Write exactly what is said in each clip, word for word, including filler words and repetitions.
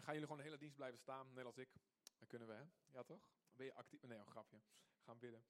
gaan jullie gewoon de hele dienst blijven staan, net als ik. Dat kunnen we, hè? Ja, toch? Ben je actief? Nee, een grapje. Gaan bidden.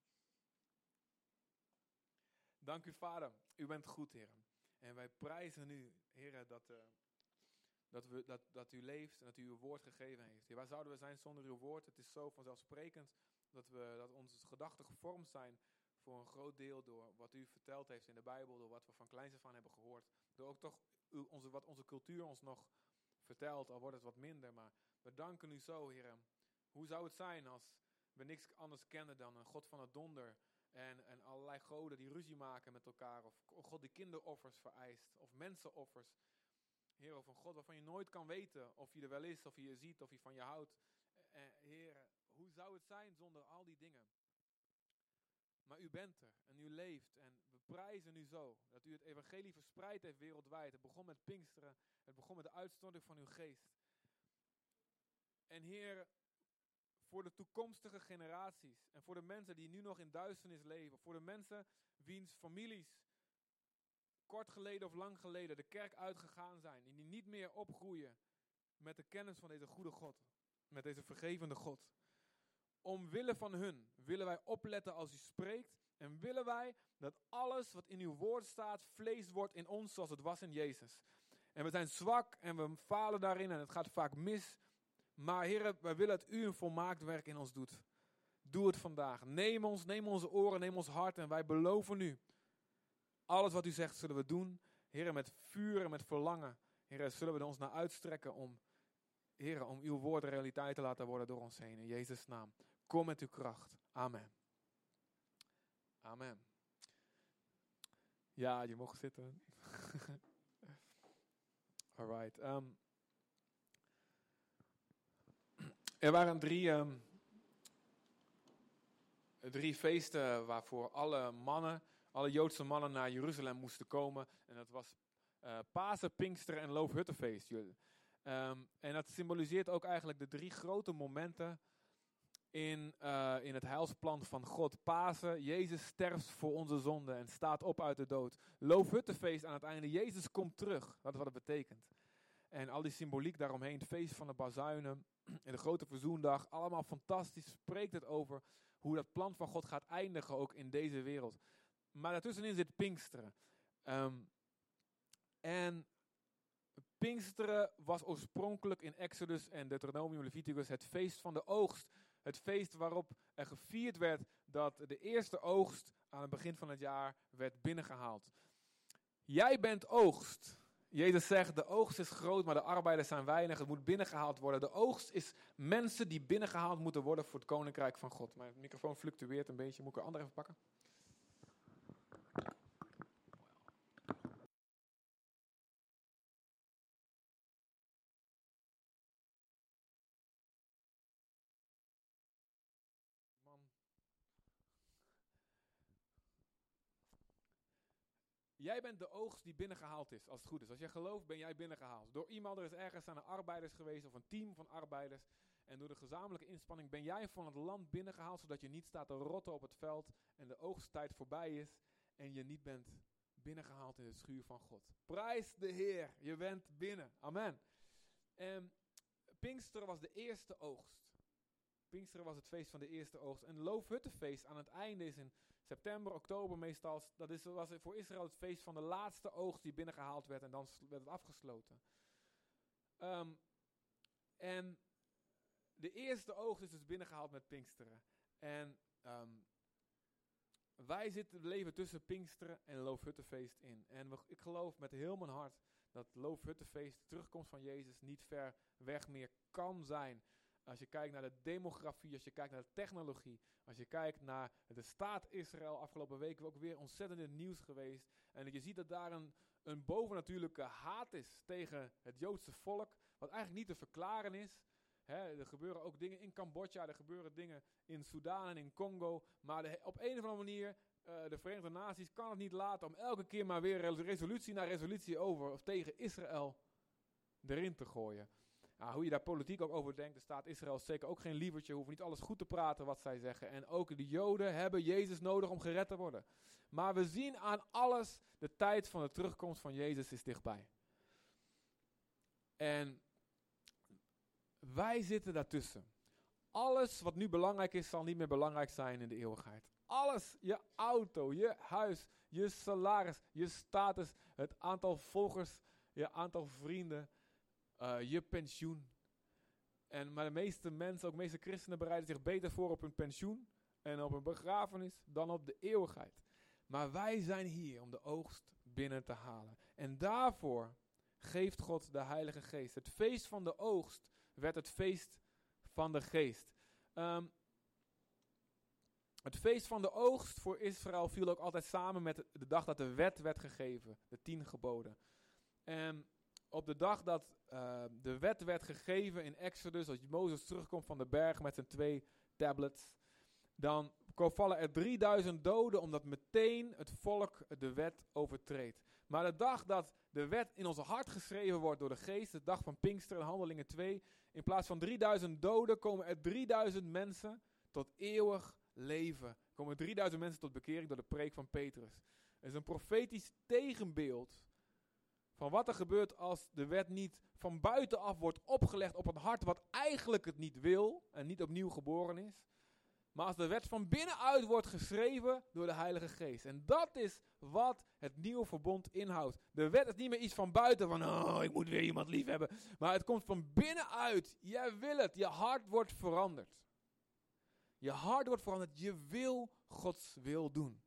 Dank u, Vader. U bent goed, Heer. En wij prijzen u, Heer, dat, uh, dat, we, dat, dat u leeft en dat u uw woord gegeven heeft. Heer, waar zouden we zijn zonder uw woord? Het is zo vanzelfsprekend dat, we, dat onze gedachten gevormd zijn voor een groot deel door wat u verteld heeft in de Bijbel, door wat we van kleins af aan hebben gehoord. Door ook toch u, onze, wat onze cultuur ons nog vertelt, al wordt het wat minder. Maar we danken u zo, Heer. Hoe zou het zijn als we niks anders kennen dan een God van het donder en, en allerlei goden die ruzie maken met elkaar, of God die kinderoffers vereist, of mensenoffers. Heer, of een God waarvan je nooit kan weten of hij er wel is, of hij je ziet, of hij van je houdt. Eh, Heer, hoe zou het zijn zonder al die dingen? Maar u bent er en u leeft en we prijzen u zo dat u het evangelie verspreid heeft wereldwijd. Het begon met Pinksteren, het begon met de uitstorting van uw geest. En Heer, voor de toekomstige generaties en voor de mensen die nu nog in duisternis leven, voor de mensen wiens families kort geleden of lang geleden de kerk uitgegaan zijn en die niet meer opgroeien met de kennis van deze goede God, met deze vergevende God. Omwille van hun willen wij opletten als u spreekt en willen wij dat alles wat in uw woord staat vlees wordt in ons zoals het was in Jezus. En we zijn zwak en we falen daarin en het gaat vaak mis. Maar Heer, wij willen dat u een volmaakt werk in ons doet. Doe het vandaag. Neem ons, neem onze oren, neem ons hart en wij beloven u. Alles wat u zegt zullen we doen. Heer, met vuur en met verlangen. Heer, zullen we er ons naar uitstrekken om, Heer, om uw woord realiteit te laten worden door ons heen. In Jezus' naam. Kom met uw kracht. Amen. Amen. Ja, je mag zitten. Alright. Um, er waren drie, um, drie feesten waarvoor alle mannen, alle Joodse mannen naar Jeruzalem moesten komen. En dat was uh, Pasen, Pinksteren en Loofhuttenfeest. Um, en dat symboliseert ook eigenlijk de drie grote momenten in, uh, in het heilsplan van God. Pasen, Jezus sterft voor onze zonden en staat op uit de dood. Loofhuttenfeest aan het einde, Jezus komt terug. Dat is wat het betekent. En al die symboliek daaromheen, het feest van de bazuinen en de grote verzoendag, allemaal fantastisch, spreekt het over hoe dat plan van God gaat eindigen ook in deze wereld. Maar daartussenin zit Pinksteren. Um, en Pinksteren was oorspronkelijk in Exodus en Deuteronomium, Leviticus het feest van de oogst. Het feest waarop er gevierd werd dat de eerste oogst aan het begin van het jaar werd binnengehaald. Jij bent oogst. Jezus zegt, de oogst is groot, maar de arbeiders zijn weinig. Het moet binnengehaald worden. De oogst is mensen die binnengehaald moeten worden voor het koninkrijk van God. Mijn microfoon fluctueert een beetje. Moet ik een ander even pakken? Man. Jij bent de oogst die binnengehaald is, als het goed is. Als jij gelooft, ben jij binnengehaald. Door iemand, er is ergens aan de arbeiders geweest, of een team van arbeiders. En door de gezamenlijke inspanning ben jij van het land binnengehaald, zodat je niet staat te rotten op het veld en de oogsttijd voorbij is en je niet bent binnengehaald in het schuur van God. Prijs de Heer, je bent binnen. Amen. En Pinksteren was de eerste oogst. Pinksteren was het feest van de eerste oogst. En Loofhuttenfeest aan het einde is in september, oktober meestal. Dat is, was voor Israël het feest van de laatste oogst die binnengehaald werd en dan werd het afgesloten. Um, en de eerste oogst is dus binnengehaald met Pinksteren. En um, wij zitten leven tussen Pinksteren en Loofhuttenfeest in. En we, ik geloof met heel mijn hart dat Loofhuttenfeest, de terugkomst van Jezus, niet ver weg meer kan zijn. Als je kijkt naar de demografie, als je kijkt naar de technologie, als je kijkt naar de staat Israël, afgelopen weken ook weer ontzettend in het nieuws geweest. En dat je ziet dat daar een, een bovennatuurlijke haat is tegen het Joodse volk, wat eigenlijk niet te verklaren is. He, er gebeuren ook dingen in Cambodja, er gebeuren dingen in Sudan en in Congo. Maar de, op een of andere manier, uh, de Verenigde Naties kan het niet laten om elke keer maar weer resolutie na resolutie over of tegen Israël erin te gooien. Nou, hoe je daar politiek ook over denkt, de staat Israël is zeker ook geen lievertje, hoeven niet alles goed te praten wat zij zeggen. En ook de Joden hebben Jezus nodig om gered te worden. Maar we zien aan alles, de tijd van de terugkomst van Jezus is dichtbij. En wij zitten daartussen. Alles wat nu belangrijk is, zal niet meer belangrijk zijn in de eeuwigheid. Alles, je auto, je huis, je salaris, je status, het aantal volgers, je aantal vrienden, uh, je pensioen. En, maar de meeste mensen, ook de meeste christenen, bereiden zich beter voor op hun pensioen en op hun begrafenis dan op de eeuwigheid. Maar wij zijn hier om de oogst binnen te halen. En daarvoor geeft God de Heilige Geest. Het feest van de oogst werd het feest van de Geest. Um, het feest van de oogst voor Israël viel ook altijd samen met de dag dat de wet werd gegeven. De tien geboden. En op de dag dat uh, de wet werd gegeven in Exodus, als Mozes terugkomt van de berg met zijn twee tablets, dan vallen er drieduizend doden omdat meteen het volk de wet overtreedt. Maar de dag dat de wet in ons hart geschreven wordt door de Geest, de dag van Pinkster in Handelingen twee, in plaats van drieduizend doden komen er drieduizend mensen tot eeuwig leven. Komen drieduizend mensen tot bekering door de preek van Petrus. Het is een profetisch tegenbeeld van wat er gebeurt als de wet niet van buitenaf wordt opgelegd op een hart wat eigenlijk het niet wil en niet opnieuw geboren is. Maar als de wet van binnenuit wordt geschreven door de Heilige Geest. En dat is wat het nieuwe verbond inhoudt. De wet is niet meer iets van buiten, van oh, ik moet weer iemand lief hebben. Maar het komt van binnenuit. Jij wil het. Je hart wordt veranderd. Je hart wordt veranderd. Je wil Gods wil doen.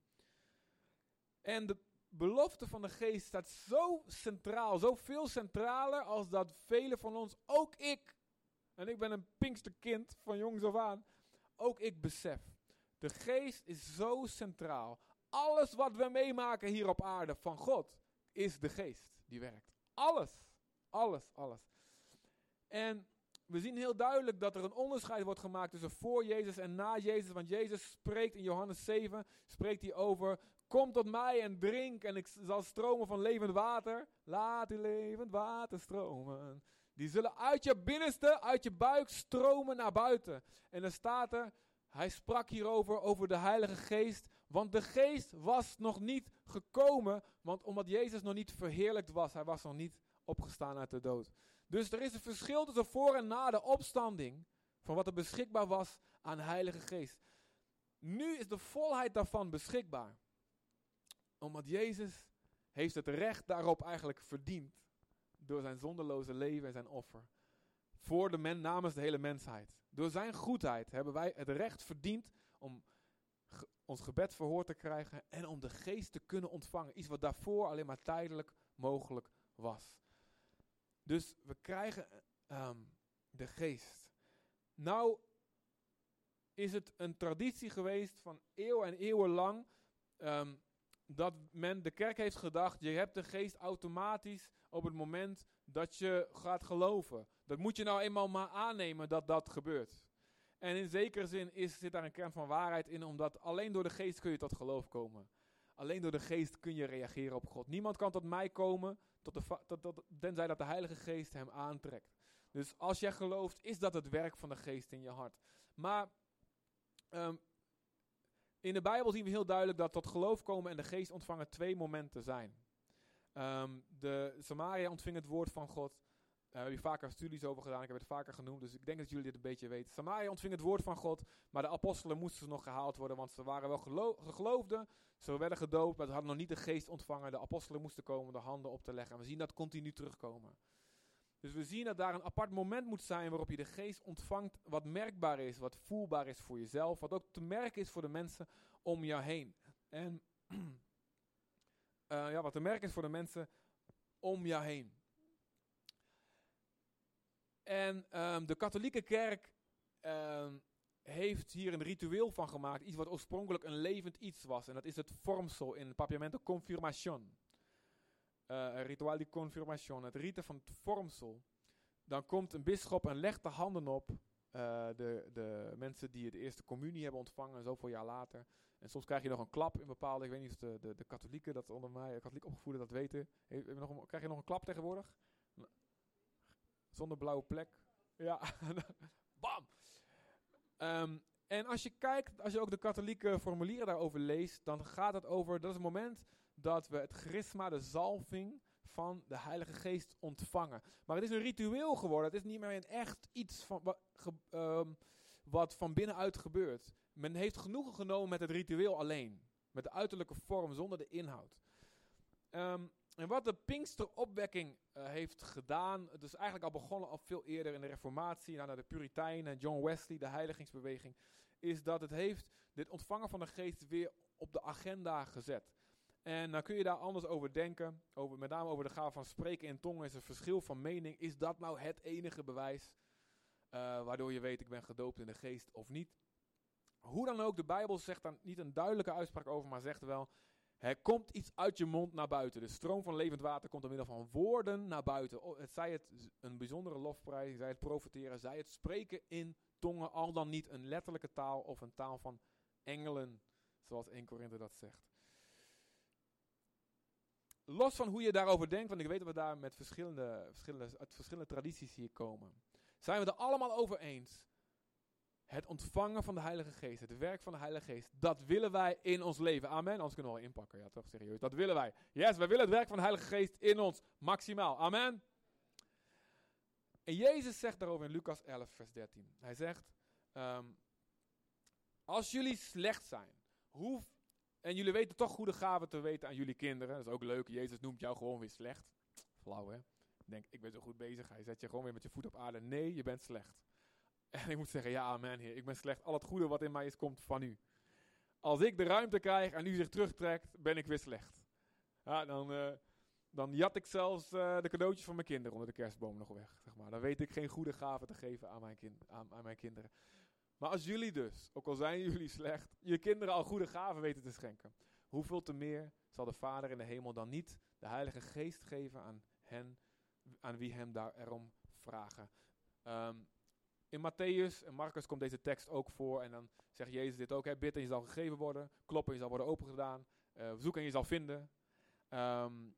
En de belofte van de Geest staat zo centraal, zo veel centraler als dat velen van ons, ook ik, en ik ben een Pinksterkind van jongs af aan, ook ik besef. De Geest is zo centraal. Alles wat we meemaken hier op aarde van God, is de Geest die werkt. Alles, alles, alles. En we zien heel duidelijk dat er een onderscheid wordt gemaakt tussen voor Jezus en na Jezus. Want Jezus spreekt in Johannes zeven, spreekt hij over, kom tot mij en drink en ik zal stromen van levend water. Laat uw levend water stromen. Die zullen uit je binnenste, uit je buik stromen naar buiten. En dan staat er, hij sprak hierover, over de Heilige Geest. Want de Geest was nog niet gekomen, want omdat Jezus nog niet verheerlijkt was, hij was nog niet opgestaan uit de dood. Dus er is een verschil tussen voor en na de opstanding, van wat er beschikbaar was aan de Heilige Geest. Nu is de volheid daarvan beschikbaar. Omdat Jezus heeft het recht daarop eigenlijk verdiend. Door zijn zonderloze leven en zijn offer. Voor de men, namens de hele mensheid. Door zijn goedheid hebben wij het recht verdiend om ge- ons gebed verhoord te krijgen. En om de Geest te kunnen ontvangen. Iets wat daarvoor alleen maar tijdelijk mogelijk was. Dus we krijgen um, de Geest. Nou is het een traditie geweest van eeuwen en eeuwen lang. Um, dat men, de kerk heeft gedacht, je hebt de Geest automatisch op het moment dat je gaat geloven. Dat moet je nou eenmaal maar aannemen dat dat gebeurt. En in zekere zin is, zit daar een kern van waarheid in, omdat alleen door de Geest kun je tot geloof komen. Alleen door de Geest kun je reageren op God. Niemand kan tot mij komen, tot de va- tot, tot, tenzij dat de Heilige Geest hem aantrekt. Dus als jij gelooft, is dat het werk van de Geest in je hart. Maar um, in de Bijbel zien we heel duidelijk dat tot geloof komen en de Geest ontvangen twee momenten zijn. Um, de Samaria ontving het woord van God. Daar uh, hebben we vaker studies over gedaan. Ik heb het vaker genoemd, dus ik denk dat jullie dit een beetje weten. Samaria ontving het woord van God, maar de apostelen moesten nog gehaald worden, want ze waren wel gelo- geloofden. Ze werden gedoopt, maar ze hadden nog niet de Geest ontvangen. De apostelen moesten komen de handen op te leggen. En we zien dat continu terugkomen. Dus we zien dat daar een apart moment moet zijn waarop je de Geest ontvangt, wat merkbaar is, wat voelbaar is voor jezelf, wat ook te merken is voor de mensen om jou heen. En uh, ja, wat te merken is voor de mensen om jou heen. En um, de katholieke kerk um, heeft hier een ritueel van gemaakt, iets wat oorspronkelijk een levend iets was. En dat is het vormsel in Papiamento Confirmation. Uh, ritual di confirmation, het riten van het vormsel. Dan komt een bisschop en legt de handen op uh, de, de mensen die de eerste communie hebben ontvangen, zoveel jaar later. En soms krijg je nog een klap in bepaalde, ik weet niet of de, de, de katholieken, dat onder mij, katholiek opgevoeden, dat weten. He, he, nog een, krijg je nog een klap tegenwoordig? Zonder blauwe plek. Ja, bam! Um, en als je kijkt, als je ook de katholieke formulieren daarover leest, dan gaat het over, dat is het moment dat we het charisma, de zalving van de Heilige Geest ontvangen. Maar het is een ritueel geworden. Het is niet meer een echt iets van, wat, ge, um, wat van binnenuit gebeurt. Men heeft genoegen genomen met het ritueel alleen. Met de uiterlijke vorm, zonder de inhoud. Um, en wat de Pinksteropwekking uh, heeft gedaan, het is eigenlijk al begonnen al veel eerder in de Reformatie, naar de Puritijnen, John Wesley, de heiligingsbeweging, is dat het heeft dit ontvangen van de Geest weer op de agenda gezet. En dan kun je daar anders over denken, over, met name over de gave van spreken in tongen is een verschil van mening. Is dat nou het enige bewijs uh, waardoor je weet ik ben gedoopt in de Geest of niet? Hoe dan ook, de Bijbel zegt daar niet een duidelijke uitspraak over, maar zegt wel, er komt iets uit je mond naar buiten. De stroom van levend water komt door middel van woorden naar buiten. O, het zij het een bijzondere lofprijs, zij het profeteren, zij het spreken in tongen, al dan niet een letterlijke taal of een taal van engelen, zoals Eerste Korinthe dat zegt. Los van hoe je daarover denkt, want ik weet dat we daar met verschillende, verschillende, uit verschillende tradities hier komen, zijn we er allemaal over eens. Het ontvangen van de Heilige Geest, het werk van de Heilige Geest, dat willen wij in ons leven. Amen. Anders kunnen we wel inpakken, ja toch, serieus. Dat willen wij. Yes, wij willen het werk van de Heilige Geest in ons, maximaal. Amen. En Jezus zegt daarover in Lucas elf, vers dertien. Hij zegt, um, als jullie slecht zijn, hoe, en jullie weten toch goede gaven te weten aan jullie kinderen. Dat is ook leuk, Jezus noemt jou gewoon weer slecht. Flauw, hè? Ik denk, ik ben zo goed bezig. Hij zet je gewoon weer met je voet op aarde. Nee, je bent slecht. En ik moet zeggen, ja, amen, Heer, ik ben slecht. Al het goede wat in mij is, komt van u. Als ik de ruimte krijg en u zich terugtrekt, ben ik weer slecht. Ja, dan, uh, dan jat ik zelfs uh, de cadeautjes van mijn kinderen onder de kerstboom nog weg. Zeg maar. Dan weet ik geen goede gaven te geven aan mijn, kind, aan, aan mijn kinderen. Maar als jullie dus, ook al zijn jullie slecht, je kinderen al goede gaven weten te schenken, hoeveel te meer zal de Vader in de hemel dan niet de Heilige Geest geven aan hen, aan wie hem daar erom vragen. Um, In Matthäus en Marcus komt deze tekst ook voor. En dan zegt Jezus dit ook. Hè, bid en je zal gegeven worden. Klop en je zal worden opengedaan. Uh, zoek en je zal vinden. Um,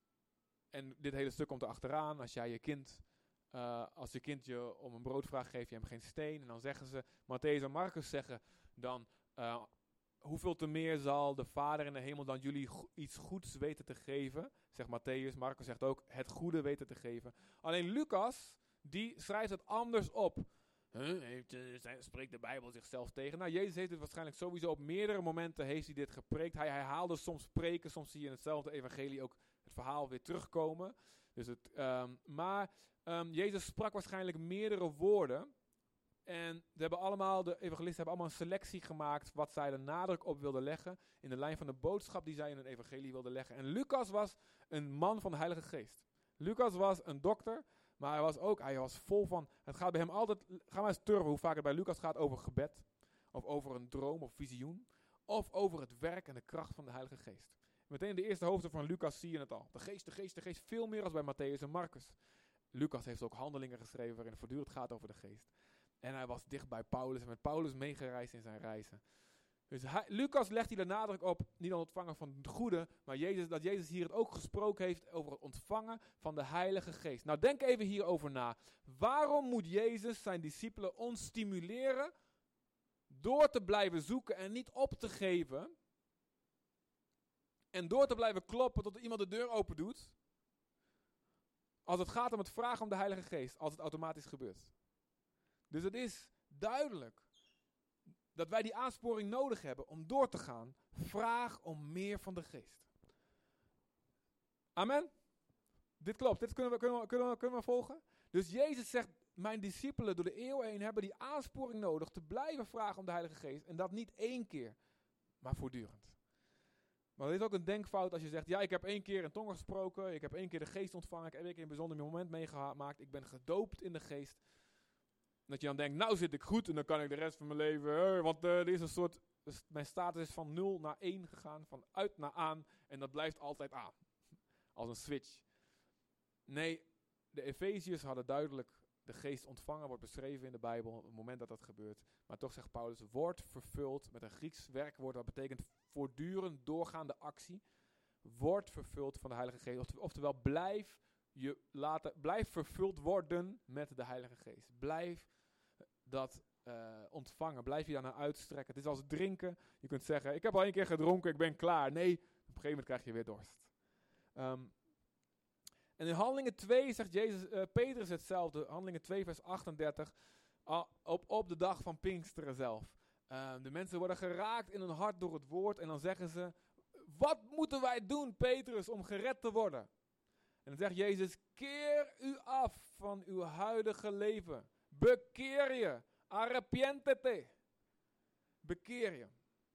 en dit hele stuk komt er achteraan. Als jij je kind, uh, als je kind je om een brood vraagt, geef je hem geen steen. En dan zeggen ze, Matthäus en Marcus zeggen dan, uh, hoeveel te meer zal de Vader in de hemel dan jullie go- iets goeds weten te geven. Zegt Matthäus. Marcus zegt ook, het goede weten te geven. Alleen Lucas, die schrijft het anders op. Huh? Heeft, uh, zijn, spreekt de Bijbel zichzelf tegen? Nou, Jezus heeft het waarschijnlijk sowieso op meerdere momenten heeft hij dit gepreekt. Hij herhaalde soms preken, soms zie je in hetzelfde evangelie ook het verhaal weer terugkomen. Dus het, um, maar um, Jezus sprak waarschijnlijk meerdere woorden. En we hebben allemaal, de evangelisten hebben allemaal een selectie gemaakt wat zij de nadruk op wilden leggen. In de lijn van de boodschap die zij in hun evangelie wilden leggen. En Lucas was een man van de Heilige Geest. Lucas was een dokter. Maar hij was ook, hij was vol van, het gaat bij hem altijd, ga maar eens turven hoe vaak het bij Lucas gaat over gebed. Of over een droom of visioen. Of over het werk en de kracht van de Heilige Geest. Meteen in de eerste hoofdstuk van Lucas zie je het al. De geest, de geest, de geest, veel meer als bij Matthäus en Marcus. Lucas heeft ook handelingen geschreven waarin het voortdurend gaat over de geest. En hij was dicht bij Paulus en met Paulus meegereisd in zijn reizen. Dus hij, Lucas legt hier de nadruk op, niet aan het ontvangen van het goede, maar Jezus, dat Jezus hier het ook gesproken heeft over het ontvangen van de Heilige Geest. Nou, denk even hierover na. Waarom moet Jezus zijn discipelen ons stimuleren door te blijven zoeken en niet op te geven? En door te blijven kloppen tot iemand de deur open doet? Als het gaat om het vragen om de Heilige Geest, als het automatisch gebeurt. Dus het is duidelijk dat wij die aansporing nodig hebben om door te gaan. Vraag om meer van de Geest. Amen? Dit klopt. Dit kunnen we, kunnen we, kunnen we, kunnen we volgen? Dus Jezus zegt, mijn discipelen door de eeuwen heen hebben die aansporing nodig te blijven vragen om de Heilige Geest. En dat niet één keer, maar voortdurend. Maar het is ook een denkfout als je zegt, ja, ik heb één keer in tongen gesproken, ik heb één keer de Geest ontvangen, ik heb één keer een bijzonder moment meegemaakt, ik ben gedoopt in de Geest. Dat je dan denkt, nou zit ik goed en dan kan ik de rest van mijn leven, hey, want uh, er is een soort, dus mijn status is van nul naar één gegaan, van uit naar aan en dat blijft altijd aan. Als een switch. Nee, de Efeziërs hadden duidelijk de Geest ontvangen, wordt beschreven in de Bijbel, op het moment dat dat gebeurt. Maar toch zegt Paulus, wordt vervuld met een Grieks werkwoord, dat betekent voortdurend doorgaande actie. Wordt vervuld van de Heilige Geest, Oft, oftewel blijf je laten, blijf vervuld worden met de Heilige Geest. Blijf dat uh, ontvangen, blijf je daarnaar uitstrekken. Het is als drinken, je kunt zeggen, ik heb al één keer gedronken, ik ben klaar. Nee, op een gegeven moment krijg je weer dorst. Um, En in Handelingen twee zegt Jezus, uh, Petrus hetzelfde. Handelingen twee vers achtendertig. Uh, op, op de dag van Pinksteren zelf. Uh, de mensen worden geraakt in hun hart door het woord. En dan zeggen ze, wat moeten wij doen, Petrus, om gered te worden? En dan zegt Jezus, keer u af van uw huidige leven. Bekeer je. Arrepiéntete. Bekeer je.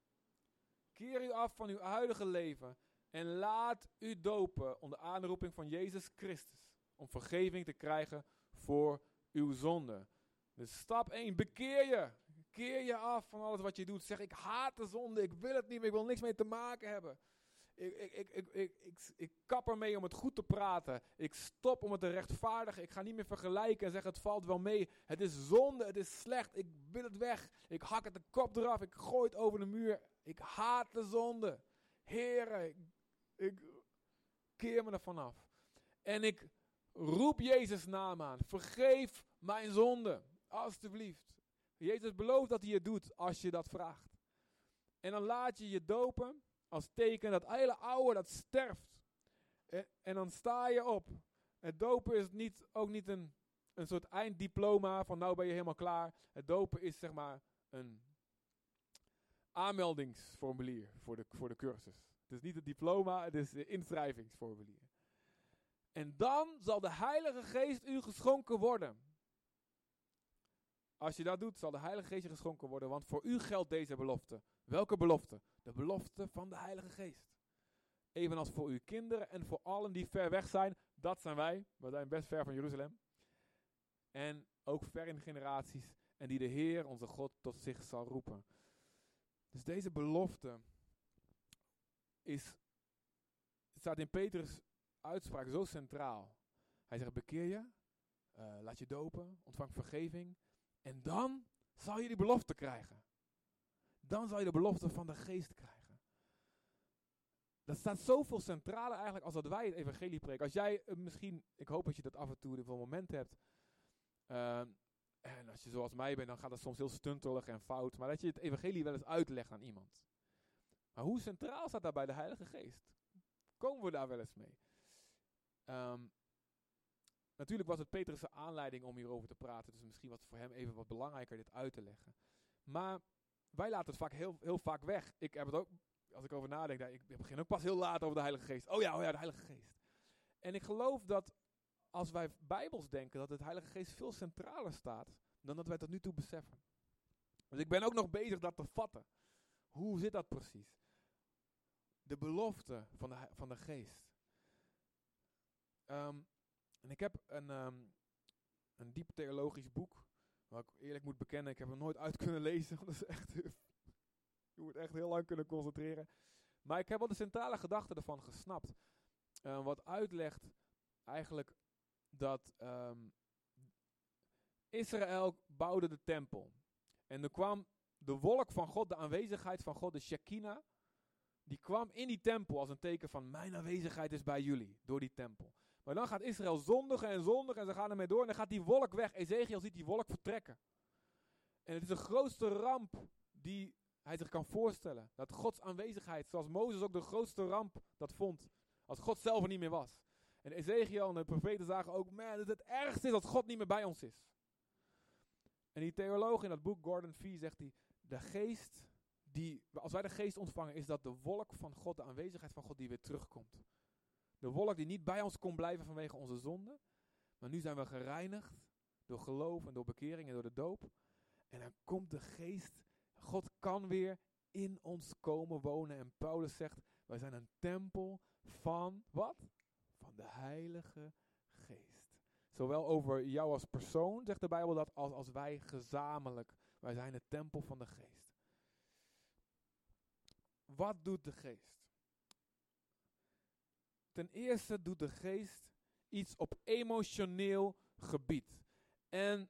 Keer u af van uw huidige leven. En laat u dopen onder aanroeping van Jezus Christus. Om vergeving te krijgen voor uw zonde. Dus stap één, bekeer je. Keer je af van alles wat je doet. Zeg, ik haat de zonde, ik wil het niet meer, ik wil niks mee te maken hebben. Ik, ik, ik, ik, ik, ik, ik kap ermee om het goed te praten. Ik stop om het te rechtvaardigen. Ik ga niet meer vergelijken en zeggen, het valt wel mee. Het is zonde, het is slecht, ik wil het weg. Ik hak het de kop eraf, ik gooi het over de muur. Ik haat de zonde. Heere, ik, ik keer me ervan af. En ik roep Jezus naam aan. Vergeef mijn zonde, alstublieft. Jezus belooft dat hij het doet als je dat vraagt. En dan laat je je dopen als teken dat hele oude dat sterft. En, en dan sta je op. Het dopen is niet, ook niet een, een soort einddiploma van nou ben je helemaal klaar. Het dopen is zeg maar een aanmeldingsformulier voor de, voor de cursus. Het is niet het diploma, het is de inschrijvingsformulier. En dan zal de Heilige Geest u geschonken worden. Als je dat doet, zal de Heilige Geest je geschonken worden, want voor u geldt deze belofte. Welke belofte? De belofte van de Heilige Geest. Evenals voor uw kinderen en voor allen die ver weg zijn, dat zijn wij. We zijn best ver van Jeruzalem. En ook ver in generaties en die de Heer, onze God, tot zich zal roepen. Dus deze belofte is, staat in Petrus' uitspraak zo centraal. Hij zegt, bekeer je, uh, laat je dopen, ontvang vergeving. En dan zal je die belofte krijgen. Dan zal je de belofte van de Geest krijgen. Dat staat zoveel centraler eigenlijk als dat wij het evangelie preken. Als jij uh, misschien, ik hoop dat je dat af en toe voor een moment hebt. Uh, en als je zoals mij bent, dan gaat het soms heel stuntelig en fout. Maar dat je het evangelie wel eens uitlegt aan iemand. Maar hoe centraal staat daarbij de Heilige Geest? Komen we daar wel eens mee? Um, Natuurlijk was het Petrus' aanleiding om hierover te praten. Dus misschien was het voor hem even wat belangrijker dit uit te leggen. Maar wij laten het vaak heel, heel vaak weg. Ik heb het ook, als ik over nadenk, nou, ik begin ook pas heel laat over de Heilige Geest. Oh ja, oh ja, de Heilige Geest. En ik geloof dat als wij bijbels denken, dat het Heilige Geest veel centraler staat dan dat wij tot nu toe beseffen. Dus ik ben ook nog bezig dat te vatten. Hoe zit dat precies? De belofte van de, van de Geest. Um, En ik heb een, um, een diep theologisch boek, waar ik eerlijk moet bekennen, ik heb hem nooit uit kunnen lezen. Dat is echt, je moet echt heel lang kunnen concentreren. Maar ik heb wel de centrale gedachte ervan gesnapt. Uh, wat uitlegt eigenlijk dat um, Israël bouwde de tempel. En er kwam de wolk van God, de aanwezigheid van God, de Shekinah, die kwam in die tempel als een teken van mijn aanwezigheid is bij jullie, door die tempel. Maar dan gaat Israël zondigen en zondigen en ze gaan ermee door en dan gaat die wolk weg. Ezekiel ziet die wolk vertrekken. En het is de grootste ramp die hij zich kan voorstellen. Dat Gods aanwezigheid, zoals Mozes ook de grootste ramp dat vond. Als God zelf er niet meer was. En Ezekiel en de profeten zagen ook, man, het, het ergste is dat God niet meer bij ons is. En die theoloog in dat boek, Gordon Fee, zegt hij, de geest, die, als wij de geest ontvangen, is dat de wolk van God, de aanwezigheid van God die weer terugkomt. De wolk die niet bij ons kon blijven vanwege onze zonde. Maar nu zijn we gereinigd door geloof en door bekering en door de doop. En dan komt de geest. God kan weer in ons komen wonen. En Paulus zegt, wij zijn een tempel van wat? Van de Heilige Geest. Zowel over jou als persoon, zegt de Bijbel dat, als als wij gezamenlijk. Wij zijn het tempel van de Geest. Wat doet de Geest? Ten eerste doet de Geest iets op emotioneel gebied. En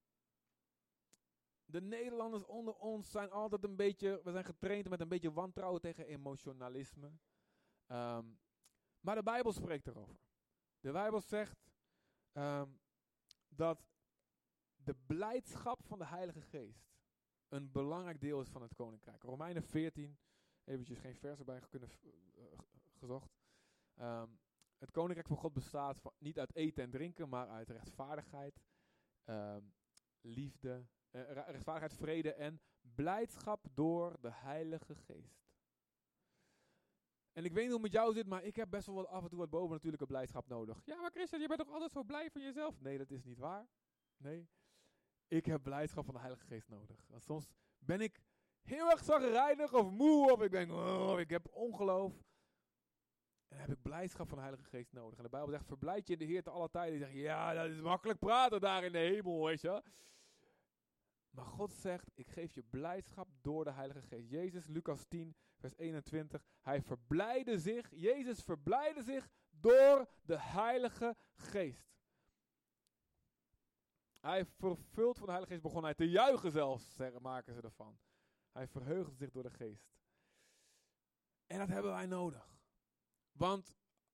de Nederlanders onder ons zijn altijd een beetje, we zijn getraind met een beetje wantrouwen tegen emotionalisme. Um, maar de Bijbel spreekt erover. De Bijbel zegt um, dat de blijdschap van de Heilige Geest een belangrijk deel is van het Koninkrijk. Romeinen veertien, eventjes geen vers erbij kunnen uh, gezocht. Um, het koninkrijk van God bestaat van, niet uit eten en drinken, maar uit rechtvaardigheid, uh, liefde, uh, rechtvaardigheid, vrede en blijdschap door de Heilige Geest. En ik weet niet hoe het met jou zit, maar ik heb best wel wat af en toe wat bovennatuurlijke blijdschap nodig. Ja, maar Christian, je bent toch altijd zo blij van jezelf? Nee, dat is niet waar. Nee. Ik heb blijdschap van de Heilige Geest nodig. Want soms ben ik heel erg zagrijnig of moe, of ik denk, oh, ik heb ongeloof. En dan heb ik blijdschap van de Heilige Geest nodig. En de Bijbel zegt, verblijd je in de Heer te alle tijden. Die zegt, ja, dat is makkelijk praten daar in de hemel, weet je. Maar God zegt, ik geef je blijdschap door de Heilige Geest. Jezus, Lucas tien, vers eenentwintig. Hij verblijde zich, Jezus verblijde zich door de Heilige Geest. Hij vervuld van de Heilige Geest begon hij te juichen zelfs, zeggen, maken ze ervan. Hij verheugde zich door de Geest. En dat hebben wij nodig. Want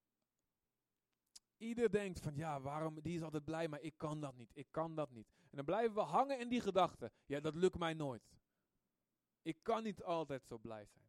ieder denkt van, ja, waarom, die is altijd blij, maar ik kan dat niet, ik kan dat niet. En dan blijven we hangen in die gedachte. Ja, dat lukt mij nooit. Ik kan niet altijd zo blij zijn.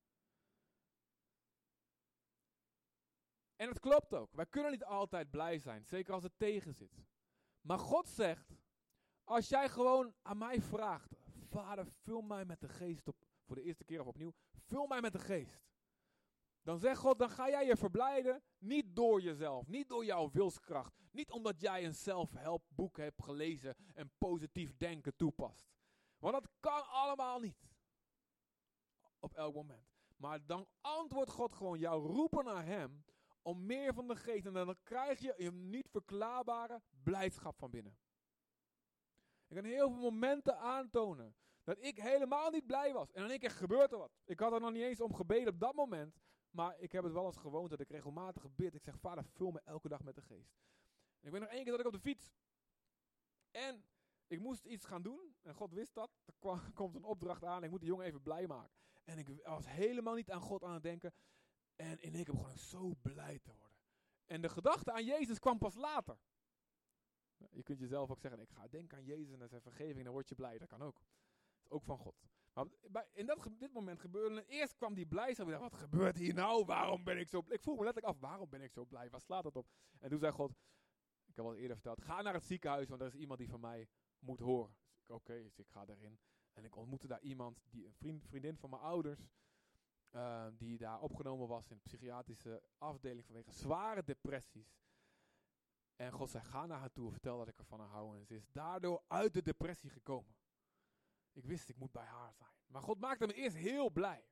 En dat klopt ook. Wij kunnen niet altijd blij zijn, zeker als het tegen zit. Maar God zegt, als jij gewoon aan mij vraagt, Vader, vul mij met de Geest op, voor de eerste keer of opnieuw, vul mij met de Geest. Dan zegt God, dan ga jij je verblijden, niet door jezelf, niet door jouw wilskracht, niet omdat jij een self-help boek hebt gelezen en positief denken toepast. Want dat kan allemaal niet. Op elk moment. Maar dan antwoordt God gewoon jouw roepen naar hem om meer van de Geest. En dan krijg je een niet verklaarbare blijdschap van binnen. Ik kan heel veel momenten aantonen dat ik helemaal niet blij was. En in één keer gebeurt er wat. Ik had er nog niet eens om gebeden op dat moment. Maar ik heb het wel als gewoonte dat ik regelmatig bid. Ik zeg, Vader, vul me elke dag met de Geest. En ik weet nog één keer dat ik op de fiets. En ik moest iets gaan doen. En God wist dat. Er kwam, komt een opdracht aan. Ik moet die jongen even blij maken. En ik was helemaal niet aan God aan het denken. En in één keer begon ik zo blij te worden. En de gedachte aan Jezus kwam pas later. Je kunt jezelf ook zeggen, ik ga denken aan Jezus en zijn vergeving. Dan word je blij. Dat kan ook. Dat is ook van God. Maar bij, in dat, dit moment gebeurde het. Eerst kwam die blijdschap. Ik dacht, wat gebeurt hier nou? Waarom ben ik zo blij? Ik vroeg me letterlijk af, waarom ben ik zo blij? Waar slaat dat op? En toen zei God, ik heb al eerder verteld, ga naar het ziekenhuis, want er is iemand die van mij moet horen. Dus Oké, okay, dus ik ga daarin. En ik ontmoette daar iemand, die, een vriend, vriendin van mijn ouders, uh, die daar opgenomen was in de psychiatrische afdeling vanwege zware depressies. En God zei, ga naar haar toe, vertel dat ik ervan haar hou. En ze is daardoor uit de depressie gekomen. Ik wist, ik moet bij haar zijn. Maar God maakte me eerst heel blij.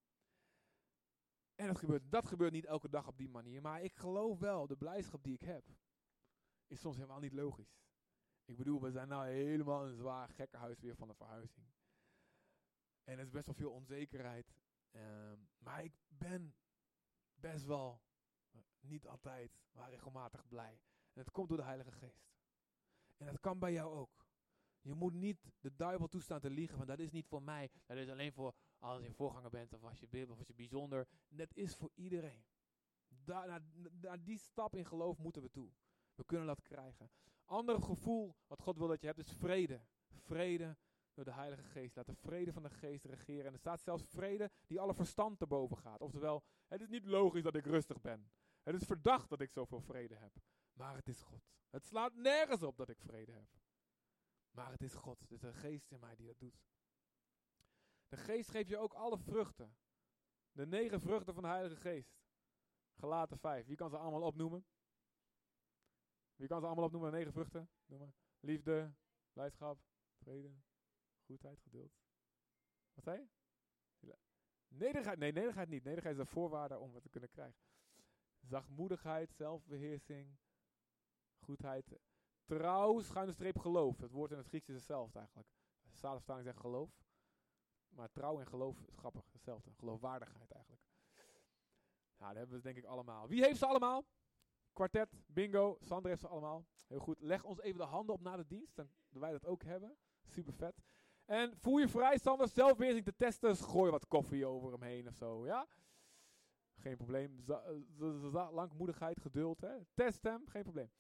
En dat gebeurt, dat gebeurt niet elke dag op die manier. Maar ik geloof wel, de blijdschap die ik heb, is soms helemaal niet logisch. Ik bedoel, we zijn nou helemaal in een zwaar gekkenhuis weer van de verhuizing. En er is best wel veel onzekerheid. Um, maar ik ben best wel, uh, niet altijd, maar regelmatig blij. En het komt door de Heilige Geest. En dat kan bij jou ook. Je moet niet de duivel toestaan te liegen, want dat is niet voor mij. Dat is alleen voor als je voorganger bent of als je bent of als je bijzonder. Dat is voor iedereen. Daar, naar, naar die stap in geloof moeten we toe. We kunnen dat krijgen. Ander gevoel wat God wil dat je hebt is vrede. Vrede door de Heilige Geest. Laat de vrede van de Geest regeren. En er staat zelfs vrede die alle verstand te boven gaat. Oftewel, het is niet logisch dat ik rustig ben. Het is verdacht dat ik zoveel vrede heb. Maar het is God. Het slaat nergens op dat ik vrede heb. Maar het is God. Het is de Geest in mij die dat doet. De Geest geeft je ook alle vruchten. De negen vruchten van de Heilige Geest. Galaten vijf. Wie kan ze allemaal opnoemen? Wie kan ze allemaal opnoemen? De negen vruchten. Noem maar. Liefde, blijdschap, vrede, goedheid, geduld. Wat zei je? Nederigheid. Nee, nederigheid niet. Nederigheid is een voorwaarde om het te kunnen krijgen. Zachtmoedigheid, zelfbeheersing, goedheid. Trouw, schuine streep geloof. Het woord in het Grieks is hetzelfde eigenlijk. De Statenvertaling zegt geloof. Maar trouw en geloof is grappig. Hetzelfde. Geloofwaardigheid eigenlijk. Nou, dat hebben we denk ik allemaal. Wie heeft ze allemaal? Kwartet, bingo, Sander heeft ze allemaal. Heel goed. Leg ons even de handen op na de dienst. Dan dat wij dat ook hebben. Super vet. En voel je vrij, Sander, zelfbeheersing te testen. Gooi wat koffie over hem heen of zo. Ja? Geen probleem. Z- z- z- langmoedigheid, geduld. Hè? Test hem, geen probleem.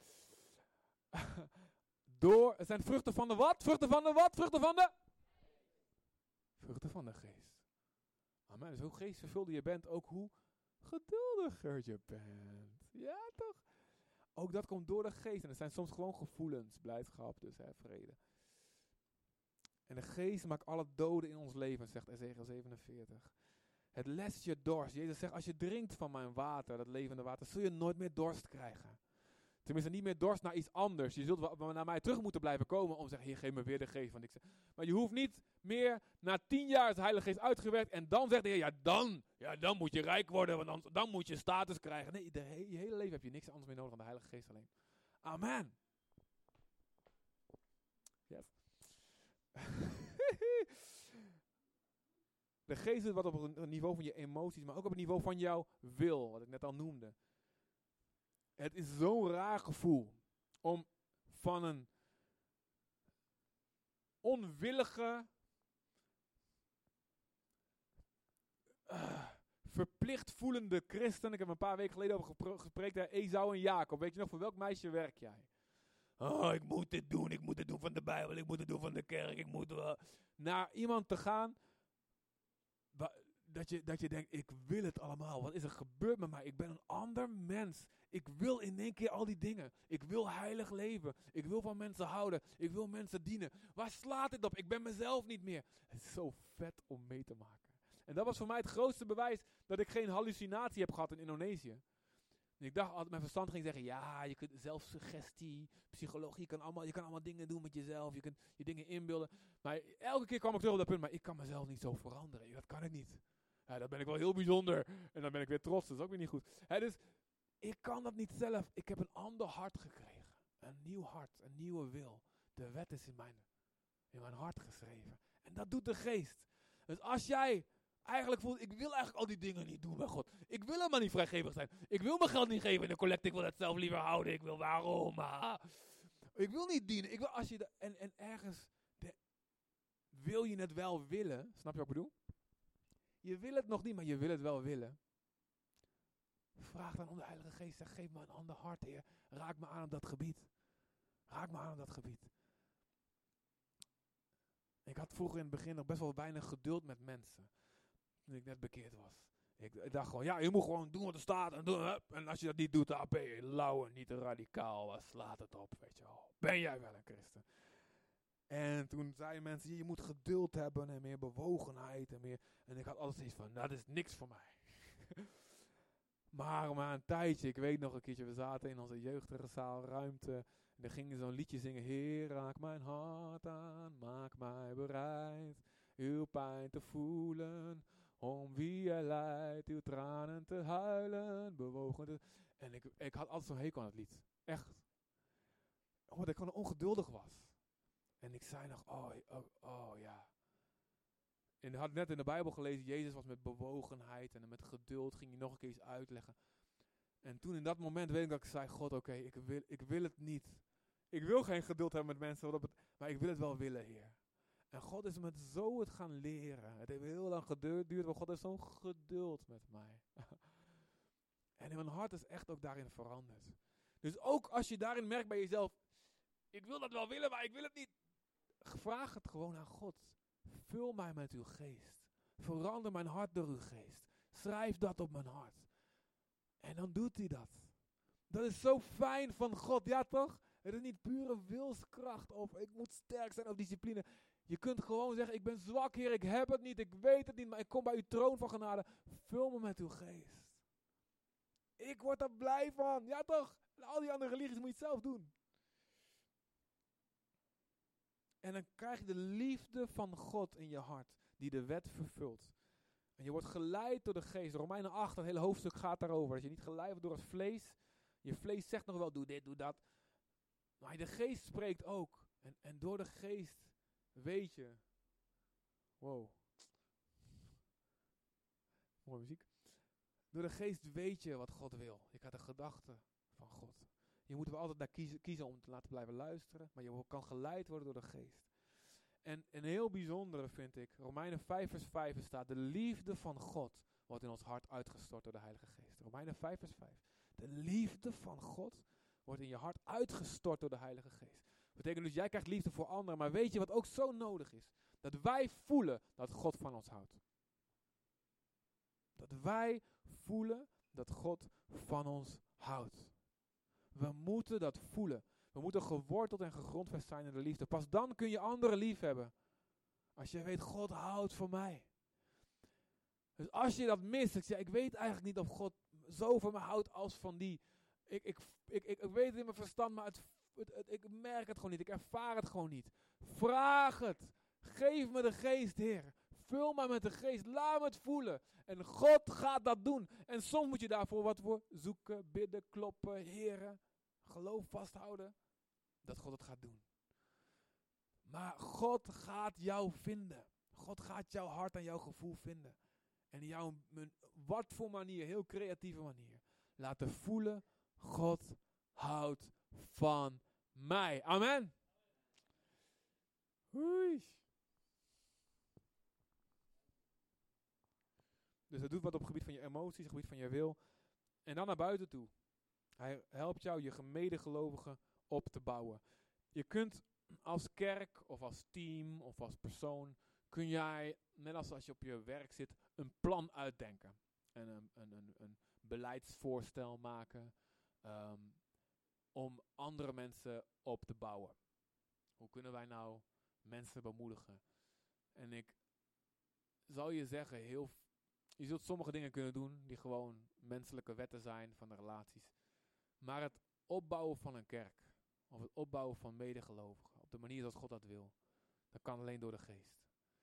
Door, het zijn vruchten van de wat? Vruchten van de wat? Vruchten van de? Vruchten van de geest. Amen. Dus hoe geestvervulder je bent, ook hoe geduldiger je bent. Ja, toch? Ook dat komt door de geest. En het zijn soms gewoon gevoelens. Blijdschap, dus hè, vrede. En de geest maakt alle doden in ons leven, zegt Ezekiel zevenenveertig. Het lest je dorst. Jezus zegt, als je drinkt van mijn water, dat levende water, zul je nooit meer dorst krijgen. Tenminste, niet meer dorst naar iets anders. Je zult wel naar mij terug moeten blijven komen om te zeggen, Heer, geef me weer de geest. Want ik zeg, maar je hoeft niet meer, na tien jaar is de Heilige Geest uitgewerkt en dan zegt de Heer, ja dan, ja dan moet je rijk worden, want dan, dan moet je status krijgen. Nee, de he- je hele leven heb je niks anders meer nodig dan de Heilige Geest alleen. Amen. Yes. De geest is wat op het niveau van je emoties, maar ook op het niveau van jouw wil, wat ik net al noemde. Het is zo'n raar gevoel om van een onwillige, uh, verplicht voelende christen. Ik heb een paar weken geleden over gepro- gesproken naar Esau en Jacob. Weet je nog, voor welk meisje werk jij? Oh, ik moet dit doen, ik moet dit doen van de Bijbel, ik moet het doen van de kerk, ik moet uh, naar iemand te gaan. Wa- Dat je, dat je denkt, ik wil het allemaal. Wat is er gebeurd met mij? Ik ben een ander mens. Ik wil in één keer al die dingen. Ik wil heilig leven. Ik wil van mensen houden. Ik wil mensen dienen. Waar slaat dit op? Ik ben mezelf niet meer. Het is zo vet om mee te maken. En dat was voor mij het grootste bewijs dat ik geen hallucinatie heb gehad in Indonesië. En ik dacht altijd, mijn verstand ging zeggen, ja, je kunt zelfsuggestie, psychologie, je kan allemaal, je kan allemaal dingen doen met jezelf. Je kunt je dingen inbeelden. Maar elke keer kwam ik terug op dat punt, maar ik kan mezelf niet zo veranderen. Dat kan ik niet. Ja, dan ben ik wel heel bijzonder. En dan ben ik weer trots, dat is ook weer niet goed. He, dus ik kan dat niet zelf. Ik heb een ander hart gekregen. Een nieuw hart, een nieuwe wil. De wet is in mijn, in mijn hart geschreven. En dat doet de geest. Dus als jij eigenlijk voelt, ik wil eigenlijk al die dingen niet doen bij God. Ik wil helemaal niet vrijgevig zijn. Ik wil mijn geld niet geven in de collect. Ik wil het zelf liever houden. Ik wil waarom? Ah. Ik wil niet dienen. Ik wil als je de, en, en ergens de, wil je het wel willen. Snap je wat ik bedoel? Je wil het nog niet, maar je wil het wel willen. Vraag dan om de Heilige Geest. Zeg, geef me een ander hart, Heer. Raak me aan op dat gebied. Raak me aan op dat gebied. Ik had vroeger in het begin nog best wel weinig geduld met mensen. Toen ik net bekeerd was. Ik, ik dacht gewoon, ja, je moet gewoon doen wat er staat. En, doen, hup, en als je dat niet doet, dan ben je lauw en niet radicaal. Wat slaat het op, weet je wel. Ben jij wel een christen? En toen zeiden mensen, je moet geduld hebben en meer bewogenheid. En, meer, en ik had altijd zoiets van, nou, dat is niks voor mij. maar maar een tijdje, ik weet nog een keertje, we zaten in onze jeugdige zaal, ruimte. En er gingen zo'n liedje zingen. Heer, raak mijn hart aan, maak mij bereid uw pijn te voelen. Om wie je lijdt, uw tranen te huilen, bewogen te... En ik, ik had altijd zo'n hekel aan het lied. Echt. Omdat ik gewoon ongeduldig was. En ik zei nog, oh, oh, oh ja. En ik had net in de Bijbel gelezen, Jezus was met bewogenheid en met geduld, ging hij nog een keer iets uitleggen. En toen in dat moment weet ik dat ik zei, God, oké, okay, ik, wil, ik wil het niet. Ik wil geen geduld hebben met mensen, maar ik wil het wel willen, Heer. En God is met zo het gaan leren. Het heeft heel lang geduurd, maar God heeft zo'n geduld met mij. En mijn hart is echt ook daarin veranderd. Dus ook als je daarin merkt bij jezelf, ik wil dat wel willen, maar ik wil het niet. Vraag het gewoon aan God. Vul mij met uw geest. Verander mijn hart door uw geest. Schrijf dat op mijn hart. En dan doet hij dat. Dat is zo fijn van God, ja toch? Het is niet pure wilskracht of ik moet sterk zijn of discipline. Je kunt gewoon zeggen, ik ben zwak, Heer, ik heb het niet, ik weet het niet, maar ik kom bij uw troon van genade. Vul me met uw geest. Ik word er blij van, ja toch? En al die andere religies moet je het zelf doen. En dan krijg je de liefde van God in je hart, die de wet vervult. En je wordt geleid door de geest. Romeinen acht, dat hele hoofdstuk gaat daarover. Dat je niet geleid wordt door het vlees. Je vlees zegt nog wel, doe dit, doe dat. Maar de geest spreekt ook. En, en door de geest weet je. Wow. Mooie muziek. Door de geest weet je wat God wil. Je krijgt de gedachten van God. Je moet er altijd naar kiezen, kiezen om te laten blijven luisteren. Maar je kan geleid worden door de geest. En een heel bijzondere vind ik. Romeinen vijf vers vijf staat. De liefde van God wordt in ons hart uitgestort door de Heilige Geest. Romeinen vijf vers vijf. De liefde van God wordt in je hart uitgestort door de Heilige Geest. Dat betekent dus, jij krijgt liefde voor anderen. Maar weet je wat ook zo nodig is? Dat wij voelen dat God van ons houdt. Dat wij voelen dat God van ons houdt. We moeten dat voelen. We moeten geworteld en gegrondvest zijn in de liefde. Pas dan kun je anderen lief hebben. Als je weet, God houdt van mij. Dus als je dat mist, ik, zeg, ik weet eigenlijk niet of God zo van me houdt als van die. Ik, ik, ik, ik, ik weet het in mijn verstand, maar het, het, het, ik merk het gewoon niet. Ik ervaar het gewoon niet. Vraag het. Geef me de geest, Heer. Vul mij met de geest. Laat me het voelen. En God gaat dat doen. En soms moet je daarvoor wat voor zoeken, bidden, kloppen, heren. Geloof vasthouden. Dat God het gaat doen. Maar God gaat jou vinden. God gaat jouw hart en jouw gevoel vinden. En jou op wat voor manier, heel creatieve manier, laten voelen, God houdt van mij. Amen. Oei. Dus het doet wat op het gebied van je emoties, op het gebied van je wil. En dan naar buiten toe. Hij helpt jou je medegelovigen op te bouwen. Je kunt als kerk of als team of als persoon, kun jij, net als als je op je werk zit, een plan uitdenken. En een, een, een, een beleidsvoorstel maken um, om andere mensen op te bouwen. Hoe kunnen wij nou mensen bemoedigen? En ik zal je zeggen, heel, je zult sommige dingen kunnen doen die gewoon menselijke wetten zijn van de relaties. Maar het opbouwen van een kerk, of het opbouwen van medegelovigen, op de manier zoals God dat wil, dat kan alleen door de geest.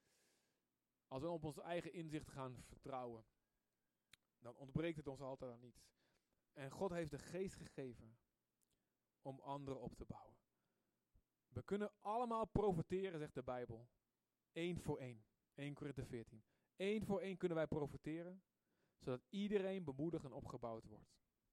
Als we op ons eigen inzicht gaan vertrouwen, dan ontbreekt het ons altijd aan iets. En God heeft de geest gegeven om anderen op te bouwen. We kunnen allemaal profiteren, zegt de Bijbel. Eén voor één. Eerste Korinthe veertien. Eén voor één kunnen wij profiteren, zodat iedereen bemoedigd en opgebouwd wordt.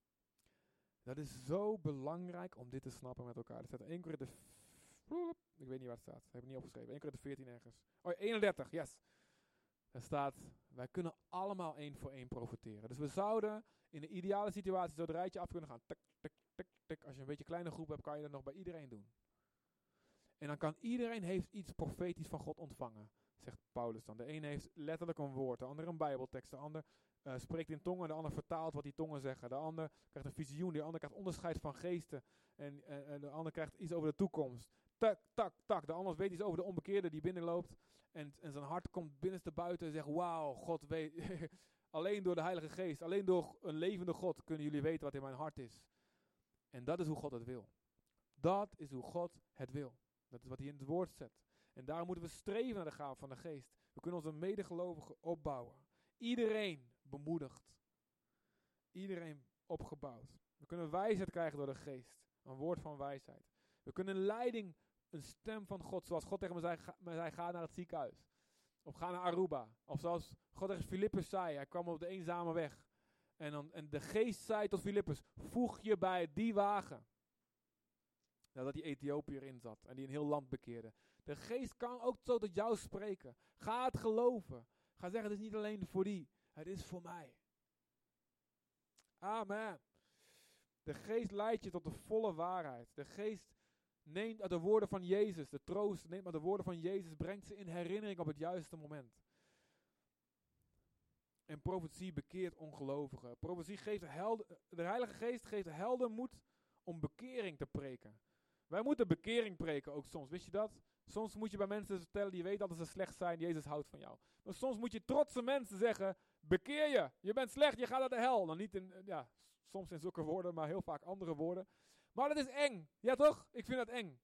Dat is zo belangrijk om dit te snappen met elkaar. Er staat Eerste Korinthe, ik weet niet waar het staat, ik heb het niet opgeschreven. Eerste Korinthe veertien ergens. Oh, eenendertig, yes. Daar staat, wij kunnen allemaal één voor één profiteren. Dus we zouden in de ideale situatie zo het rijtje af kunnen gaan. Tik, tik, tik, tik. Als je een beetje een kleine groep hebt, kan je dat nog bij iedereen doen. En dan kan iedereen heeft iets profetisch van God ontvangen, zegt Paulus dan. De een heeft letterlijk een woord, de ander een bijbeltekst, de ander uh, spreekt in tongen, de ander vertaalt wat die tongen zeggen. De ander krijgt een visioen, de ander krijgt onderscheid van geesten. En, en, en de ander krijgt iets over de toekomst. Tak, tak, tak. De ander weet iets over de onbekeerde die binnenloopt. En, en zijn hart komt binnenste buiten en zegt, wauw, God weet. Alleen door de Heilige Geest, alleen door een levende God kunnen jullie weten wat in mijn hart is. En dat is hoe God het wil. Dat is hoe God het wil. Dat is wat hij in het woord zet. En daarom moeten we streven naar de gave van de geest. We kunnen onze medegelovigen opbouwen. Iedereen bemoedigd. Iedereen opgebouwd. We kunnen wijsheid krijgen door de geest. Een woord van wijsheid. We kunnen leiding, een stem van God. Zoals God tegen me zei, ga, me zei, ga naar het ziekenhuis. Of ga naar Aruba. Of zoals God tegen Filippus zei, hij kwam op de eenzame weg. En, dan, en de geest zei tot Filippus, voeg je bij die wagen. Nou, dat die Ethiopiër in zat en die een heel land bekeerde. De geest kan ook zo tot jou spreken. Ga het geloven. Ga zeggen, het is niet alleen voor die. Het is voor mij. Amen. De geest leidt je tot de volle waarheid. De geest neemt uit de woorden van Jezus, de troost neemt uit de woorden van Jezus, brengt ze in herinnering op het juiste moment. En profetie bekeert ongelovigen. Profetie geeft helder, de Heilige Geest geeft helder moed om bekering te preken. Wij moeten bekering preken ook soms, wist je dat? Soms moet je bij mensen vertellen die weten dat ze slecht zijn, Jezus houdt van jou. Maar soms moet je trotse mensen zeggen, bekeer je, je bent slecht, je gaat naar de hel. Nou niet in, ja, soms in zulke woorden, maar heel vaak andere woorden. Maar dat is eng, ja toch? Ik vind dat eng.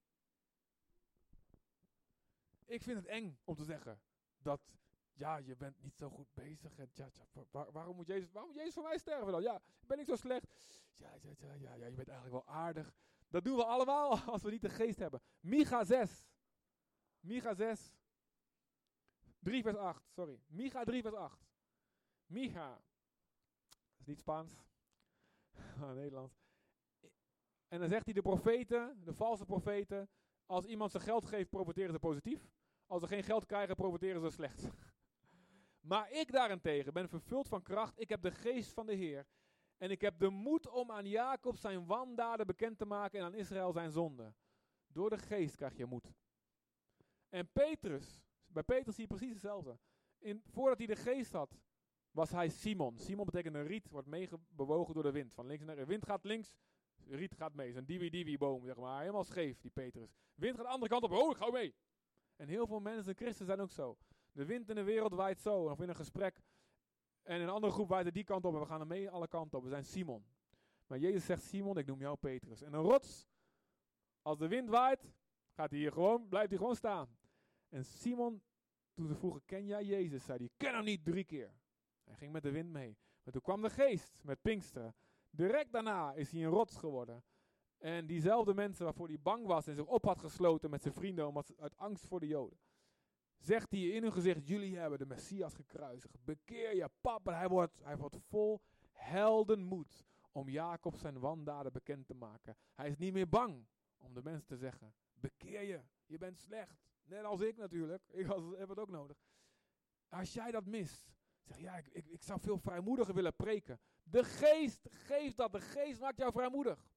Ik vind het eng om te zeggen dat, ja, je bent niet zo goed bezig. En, ja, ja, waar, waarom, moet Jezus, waarom moet Jezus voor mij sterven dan? Ja, ben ik zo slecht? Ja, ja, ja, ja, ja, je bent eigenlijk wel aardig. Dat doen we allemaal als we niet de geest hebben. Micha zes. Micha zes. drie vers acht, sorry. Micha drie vers acht. Micha. Dat is niet Spaans. Nederlands. En dan zegt hij de profeten, de valse profeten, als iemand zijn geld geeft, profiteren ze positief. Als ze geen geld krijgen, profiteren ze slecht. Maar ik daarentegen ben vervuld van kracht. Ik heb de geest van de Heer. En ik heb de moed om aan Jacob zijn wandaden bekend te maken en aan Israël zijn zonde. Door de geest krijg je moed. En Petrus, bij Petrus zie je precies hetzelfde. In, voordat hij de geest had, was hij Simon. Simon betekent een riet, wordt meebewogen door de wind. Van links naar rechts. Wind gaat links, riet gaat mee. Zo'n diwi-diwi-boom, zeg maar. Helemaal scheef, die Petrus. Wind gaat de andere kant op. Oh, ik ga mee. En heel veel mensen, christen zijn ook zo. De wind in de wereld waait zo. Of in een gesprek. En een andere groep waait er die kant op. En we gaan er mee alle kanten op. We zijn Simon. Maar Jezus zegt, Simon, ik noem jou Petrus. En een rots, als de wind waait, gaat hij hier gewoon, blijft hij gewoon staan. En Simon, toen ze vroegen, ken jij Jezus? Zei hij, ik ken hem niet, drie keer. Hij ging met de wind mee. Maar toen kwam de geest met Pinksteren. Direct daarna is hij een rots geworden. En diezelfde mensen waarvoor hij bang was en zich op had gesloten met zijn vrienden, omdat uit angst voor de Joden, zegt hij in hun gezicht, jullie hebben de Messias gekruisigd. Bekeer je, papa. Hij wordt, hij wordt vol heldenmoed om Jacob zijn wandaden bekend te maken. Hij is niet meer bang om de mensen te zeggen, bekeer je, je bent slecht. Net als ik natuurlijk, ik was, heb het ook nodig. Als jij dat mist, zeg ja, ik, ik, ik zou veel vrijmoediger willen preken. De geest geeft dat, de geest maakt jou vrijmoedig.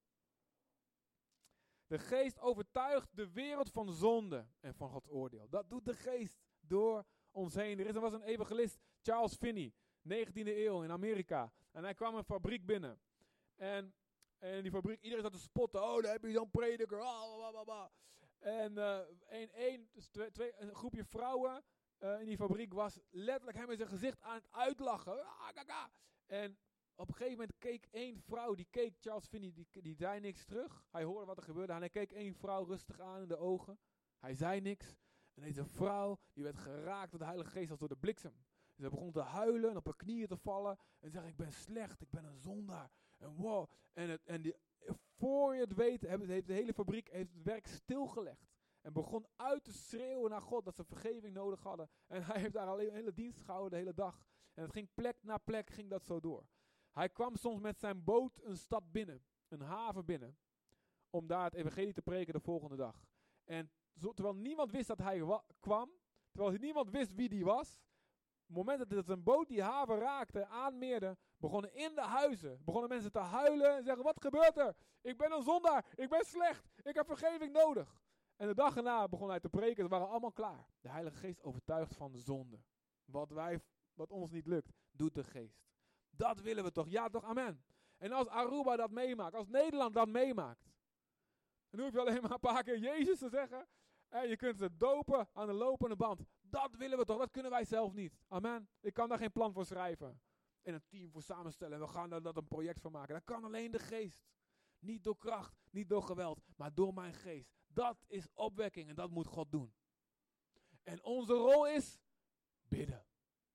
De geest overtuigt de wereld van zonde en van Gods oordeel. Dat doet de geest door ons heen. Er is, er was een evangelist, Charles Finney, negentiende eeuw in Amerika. En hij kwam een fabriek binnen. En, en die fabriek, iedereen zat te spotten. Oh, daar heb je zo'n prediker. Ah, blah, blah, blah. En uh, een, een, dus twee, twee, een groepje vrouwen uh, in die fabriek was letterlijk hem in zijn gezicht aan het uitlachen. Ah, kaka. En op een gegeven moment keek één vrouw, die keek Charles Finney, die, die zei niks terug. Hij hoorde wat er gebeurde en hij keek één vrouw rustig aan in de ogen. Hij zei niks. En deze vrouw, die werd geraakt door de Heilige Geest als door de bliksem. Ze begon te huilen en op haar knieën te vallen. En zei, ik ben slecht, ik ben een zondaar. En wow. En, het, en die, voor je het weet, heeft de hele fabriek heeft het werk stilgelegd. En begon uit te schreeuwen naar God dat ze vergeving nodig hadden. En hij heeft daar alleen een hele dienst gehouden de hele dag. En het ging plek na plek, ging dat zo door. Hij kwam soms met zijn boot een stad binnen, een haven binnen, om daar het evangelie te preken de volgende dag. En zo, terwijl niemand wist dat hij wa- kwam, terwijl niemand wist wie die was, op het moment dat zijn boot die haven raakte, aanmeerde, begonnen in de huizen, begonnen mensen te huilen en zeggen, wat gebeurt er? Ik ben een zondaar, ik ben slecht, ik heb vergeving nodig. En de dag erna begon hij te preken, ze waren allemaal klaar. De Heilige Geest overtuigt van de zonde. Wat, wij, wat ons niet lukt, doet de Geest. Dat willen we toch? Ja toch? Amen. En als Aruba dat meemaakt, als Nederland dat meemaakt, dan hoef je alleen maar een paar keer Jezus te zeggen. En je kunt ze dopen aan de lopende band. Dat willen we toch? Dat kunnen wij zelf niet. Amen. Ik kan daar geen plan voor schrijven. En een team voor samenstellen. En we gaan daar dat een project van maken. Dat kan alleen de Geest. Niet door kracht, niet door geweld, maar door mijn Geest. Dat is opwekking en dat moet God doen. En onze rol is bidden.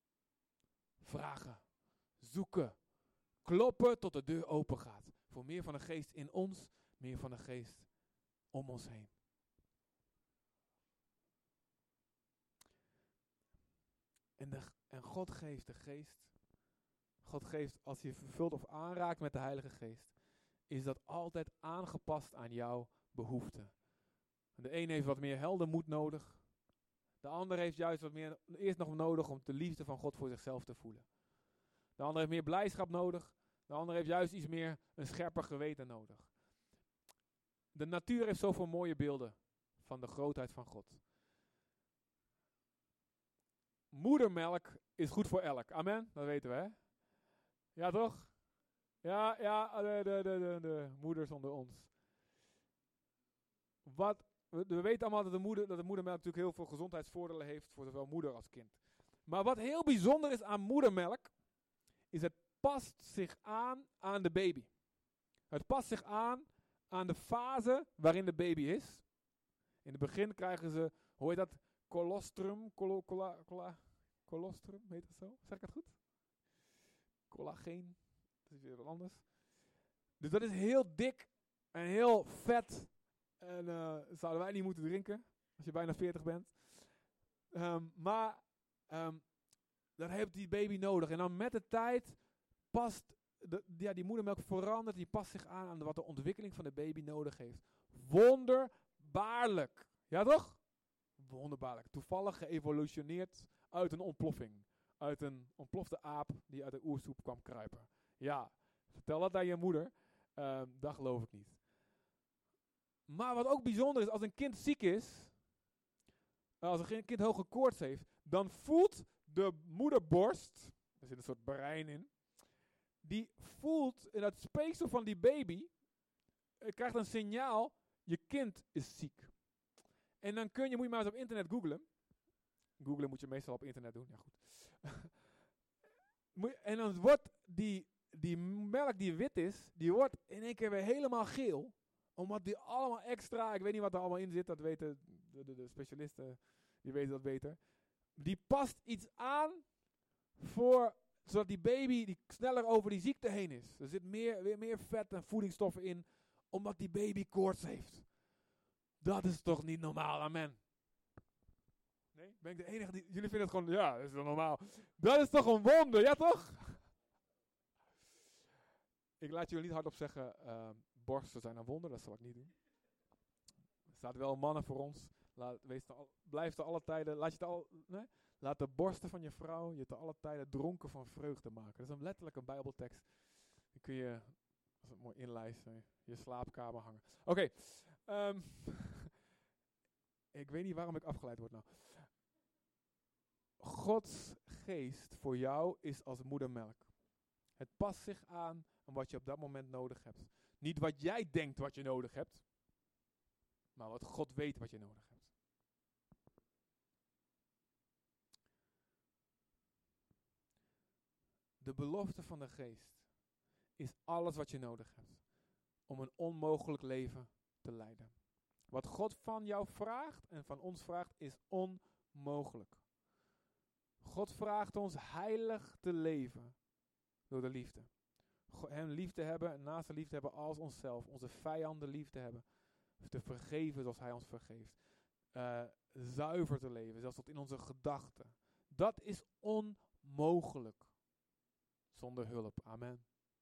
Vragen. Zoeken. Kloppen tot de deur open gaat. Voor meer van de Geest in ons, meer van de Geest om ons heen. En, de, en God geeft de Geest. God geeft, als je vervult of aanraakt met de Heilige Geest, is dat altijd aangepast aan jouw behoeften. De een heeft wat meer heldenmoed nodig. De ander heeft juist wat meer, eerst nog nodig om de liefde van God voor zichzelf te voelen. De ander heeft meer blijdschap nodig. De ander heeft juist iets meer een scherper geweten nodig. De natuur heeft zoveel mooie beelden van de grootheid van God. Moedermelk is goed voor elk. Amen, dat weten we, hè? Ja, toch? Ja, ja, de, de, de, de, de moeders onder ons. Wat, we, we weten allemaal dat de, moeder, dat de moedermelk natuurlijk heel veel gezondheidsvoordelen heeft voor zowel moeder als kind. Maar wat heel bijzonder is aan moedermelk, is het past zich aan aan de baby. Het past zich aan aan de fase waarin de baby is. In het begin krijgen ze, hoe heet dat? Colostrum, colo, cola, cola, colostrum, heet dat zo? Zeg ik het goed? Collageen, dat is weer wat anders. Dus dat is heel dik en heel vet. En uh, zouden wij niet moeten drinken, als je bijna veertig bent. Um, maar um, dat heeft die baby nodig. En dan met de tijd past, de, ja, die moedermelk verandert, die past zich aan aan wat de ontwikkeling van de baby nodig heeft. Wonderbaarlijk. Ja toch? Wonderbaarlijk. Toevallig geëvolutioneerd uit een ontploffing. Uit een ontplofte aap die uit de oersoep kwam kruipen. Ja, vertel dat aan je moeder. Uh, dat geloof ik niet. Maar wat ook bijzonder is, als een kind ziek is, als een kind hoge koorts heeft, dan voelt de moederborst, Er zit een soort brein in. Die voelt in het speeksel van die baby, uh, krijgt een signaal, je kind is ziek. En dan kun je, moet je maar eens op internet googlen. Googlen moet je meestal op internet doen, ja goed. En dan wordt die, die melk die wit is, die wordt in één keer weer helemaal geel. Omdat die allemaal extra, ik weet niet wat er allemaal in zit, dat weten de, de, de specialisten, die weten dat beter. Die past iets aan voor, zodat die baby die sneller over die ziekte heen is. Er zit meer, weer meer vet en voedingsstoffen in, omdat die baby koorts heeft. Dat is toch niet normaal, amen. Nee, ben ik de enige die, jullie vinden het gewoon, ja, dat is wel normaal. Dat is toch een wonder, ja toch? Ik laat jullie niet hardop zeggen, uh, borsten zijn een wonder, dat zal ik niet doen. Er staat wel mannen voor ons, laat, wees te al, blijf te alle tijden, laat, je te al, nee? laat de borsten van je vrouw je te alle tijden dronken van vreugde maken. Dat is een letterlijke bijbeltekst. Die kun je, dat is een mooi inlijsten, je slaapkamer hangen. Oké, okay, um, ik weet niet waarom ik afgeleid word nou. Gods geest voor jou is als moedermelk. Het past zich aan aan wat je op dat moment nodig hebt. Niet wat jij denkt wat je nodig hebt, maar wat God weet wat je nodig hebt. De belofte van de geest is alles wat je nodig hebt om een onmogelijk leven te leiden. Wat God van jou vraagt en van ons vraagt is onmogelijk. God vraagt ons heilig te leven door de liefde. Hem lief te hebben en naast de liefde hebben als onszelf. Onze vijanden lief te hebben. Te vergeven zoals hij ons vergeeft. Uh, zuiver te leven, zelfs tot in onze gedachten. Dat is onmogelijk. Zonder hulp. Amen.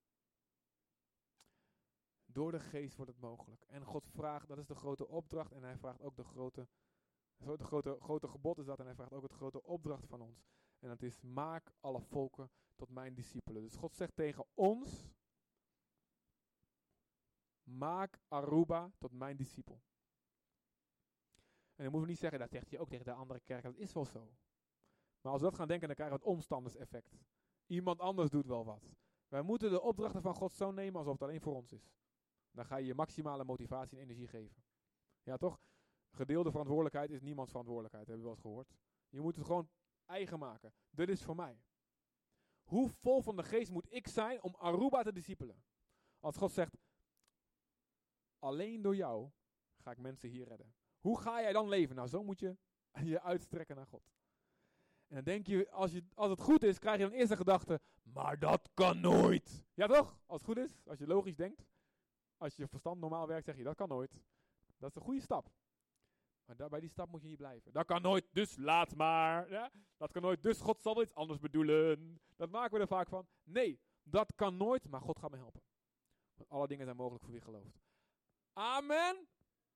Door de geest wordt het mogelijk. En God vraagt, dat is de grote opdracht. En hij vraagt ook de grote, het grote, grote gebod is dat. En hij vraagt ook het grote opdracht van ons. En dat is, maak alle volken tot mijn discipelen. Dus God zegt tegen ons, maak Aruba tot mijn discipel. En dan moeten we niet zeggen, dat zegt hij ook tegen de andere kerken. Dat is wel zo. Maar als we dat gaan denken, dan krijgen we het omstanderseffect. Iemand anders doet wel wat. Wij moeten de opdrachten van God zo nemen alsof het alleen voor ons is. Dan ga je je maximale motivatie en energie geven. Ja toch? Gedeelde verantwoordelijkheid is niemands verantwoordelijkheid, hebben we wel eens gehoord. Je moet het gewoon eigen maken. Dit is voor mij. Hoe vol van de geest moet ik zijn om Aruba te discipelen? Als God zegt, alleen door jou ga ik mensen hier redden. Hoe ga jij dan leven? Nou, zo moet je je uitstrekken naar God. En dan denk je, als, je, als het goed is, krijg je dan eerst de gedachte, maar dat kan nooit. Ja toch? Als het goed is, als je logisch denkt, als je verstand normaal werkt, zeg je, dat kan nooit. Dat is een goede stap. Maar daar, bij die stap moet je niet blijven. Dat kan nooit, dus laat maar. Ja? Dat kan nooit, dus God zal wel iets anders bedoelen. Dat maken we er vaak van. Nee, dat kan nooit, maar God gaat me helpen. Want alle dingen zijn mogelijk voor wie gelooft. Amen.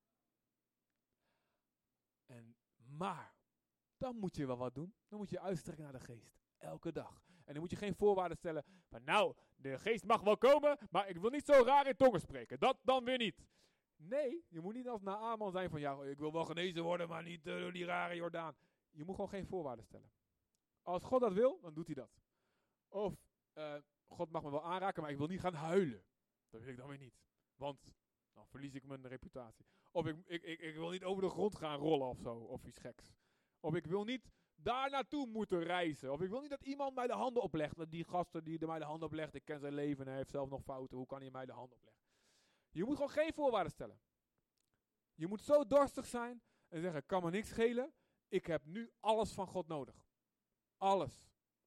En maar, dan moet je wel wat doen. Dan moet je uitstrekken naar de geest. Elke dag. En dan moet je geen voorwaarden stellen. Van nou, de geest mag wel komen, maar ik wil niet zo raar in tongen spreken. Dat dan weer niet. Nee, je moet niet als Naaman zijn van, ja, ik wil wel genezen worden, maar niet uh, door die rare Jordaan. Je moet gewoon geen voorwaarden stellen. Als God dat wil, dan doet hij dat. Of, uh, God mag me wel aanraken, maar ik wil niet gaan huilen. Dat wil ik dan weer niet. Want, dan verlies ik mijn reputatie. Of ik, ik, ik, ik wil niet over de grond gaan rollen of zo, of iets geks. Of ik wil niet daar naartoe moeten reizen. Of ik wil niet dat iemand mij de handen oplegt. Die gasten die mij de handen oplegt, ik ken zijn leven en hij heeft zelf nog fouten. Hoe kan hij mij de handen opleggen? Je moet gewoon geen voorwaarden stellen. Je moet zo dorstig zijn en zeggen, kan me niks schelen. Ik heb nu alles van God nodig. Alles.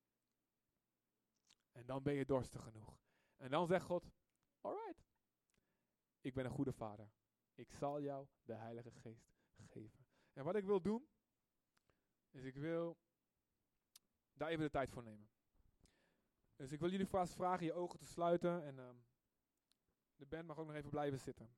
En dan ben je dorstig genoeg. En dan zegt God, alright. Ik ben een goede vader. Ik zal jou de Heilige Geest geven. En wat ik wil doen, is ik wil daar even de tijd voor nemen. Dus ik wil jullie vast vragen je ogen te sluiten en um, de band mag ook nog even blijven zitten.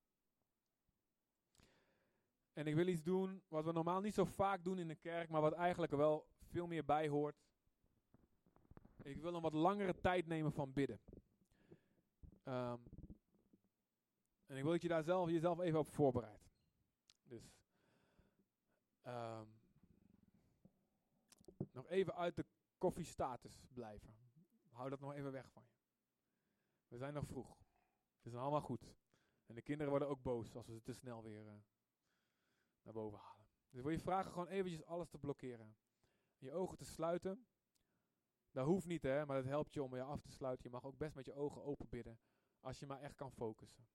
En ik wil iets doen wat we normaal niet zo vaak doen in de kerk, maar wat eigenlijk er wel veel meer bij hoort. Ik wil een wat langere tijd nemen van bidden. Um, en ik wil dat je daar zelf, jezelf even op voorbereidt. Dus um, nog even uit de koffiestatus blijven. Hou dat nog even weg van je. We zijn nog vroeg. Het is allemaal goed. En de kinderen worden ook boos als we ze te snel weer uh, naar boven halen. Dus wil je vragen gewoon eventjes alles te blokkeren. Je ogen te sluiten. Dat hoeft niet, hè, maar dat helpt je om je af te sluiten. Je mag ook best met je ogen open bidden. Als je maar echt kan focussen.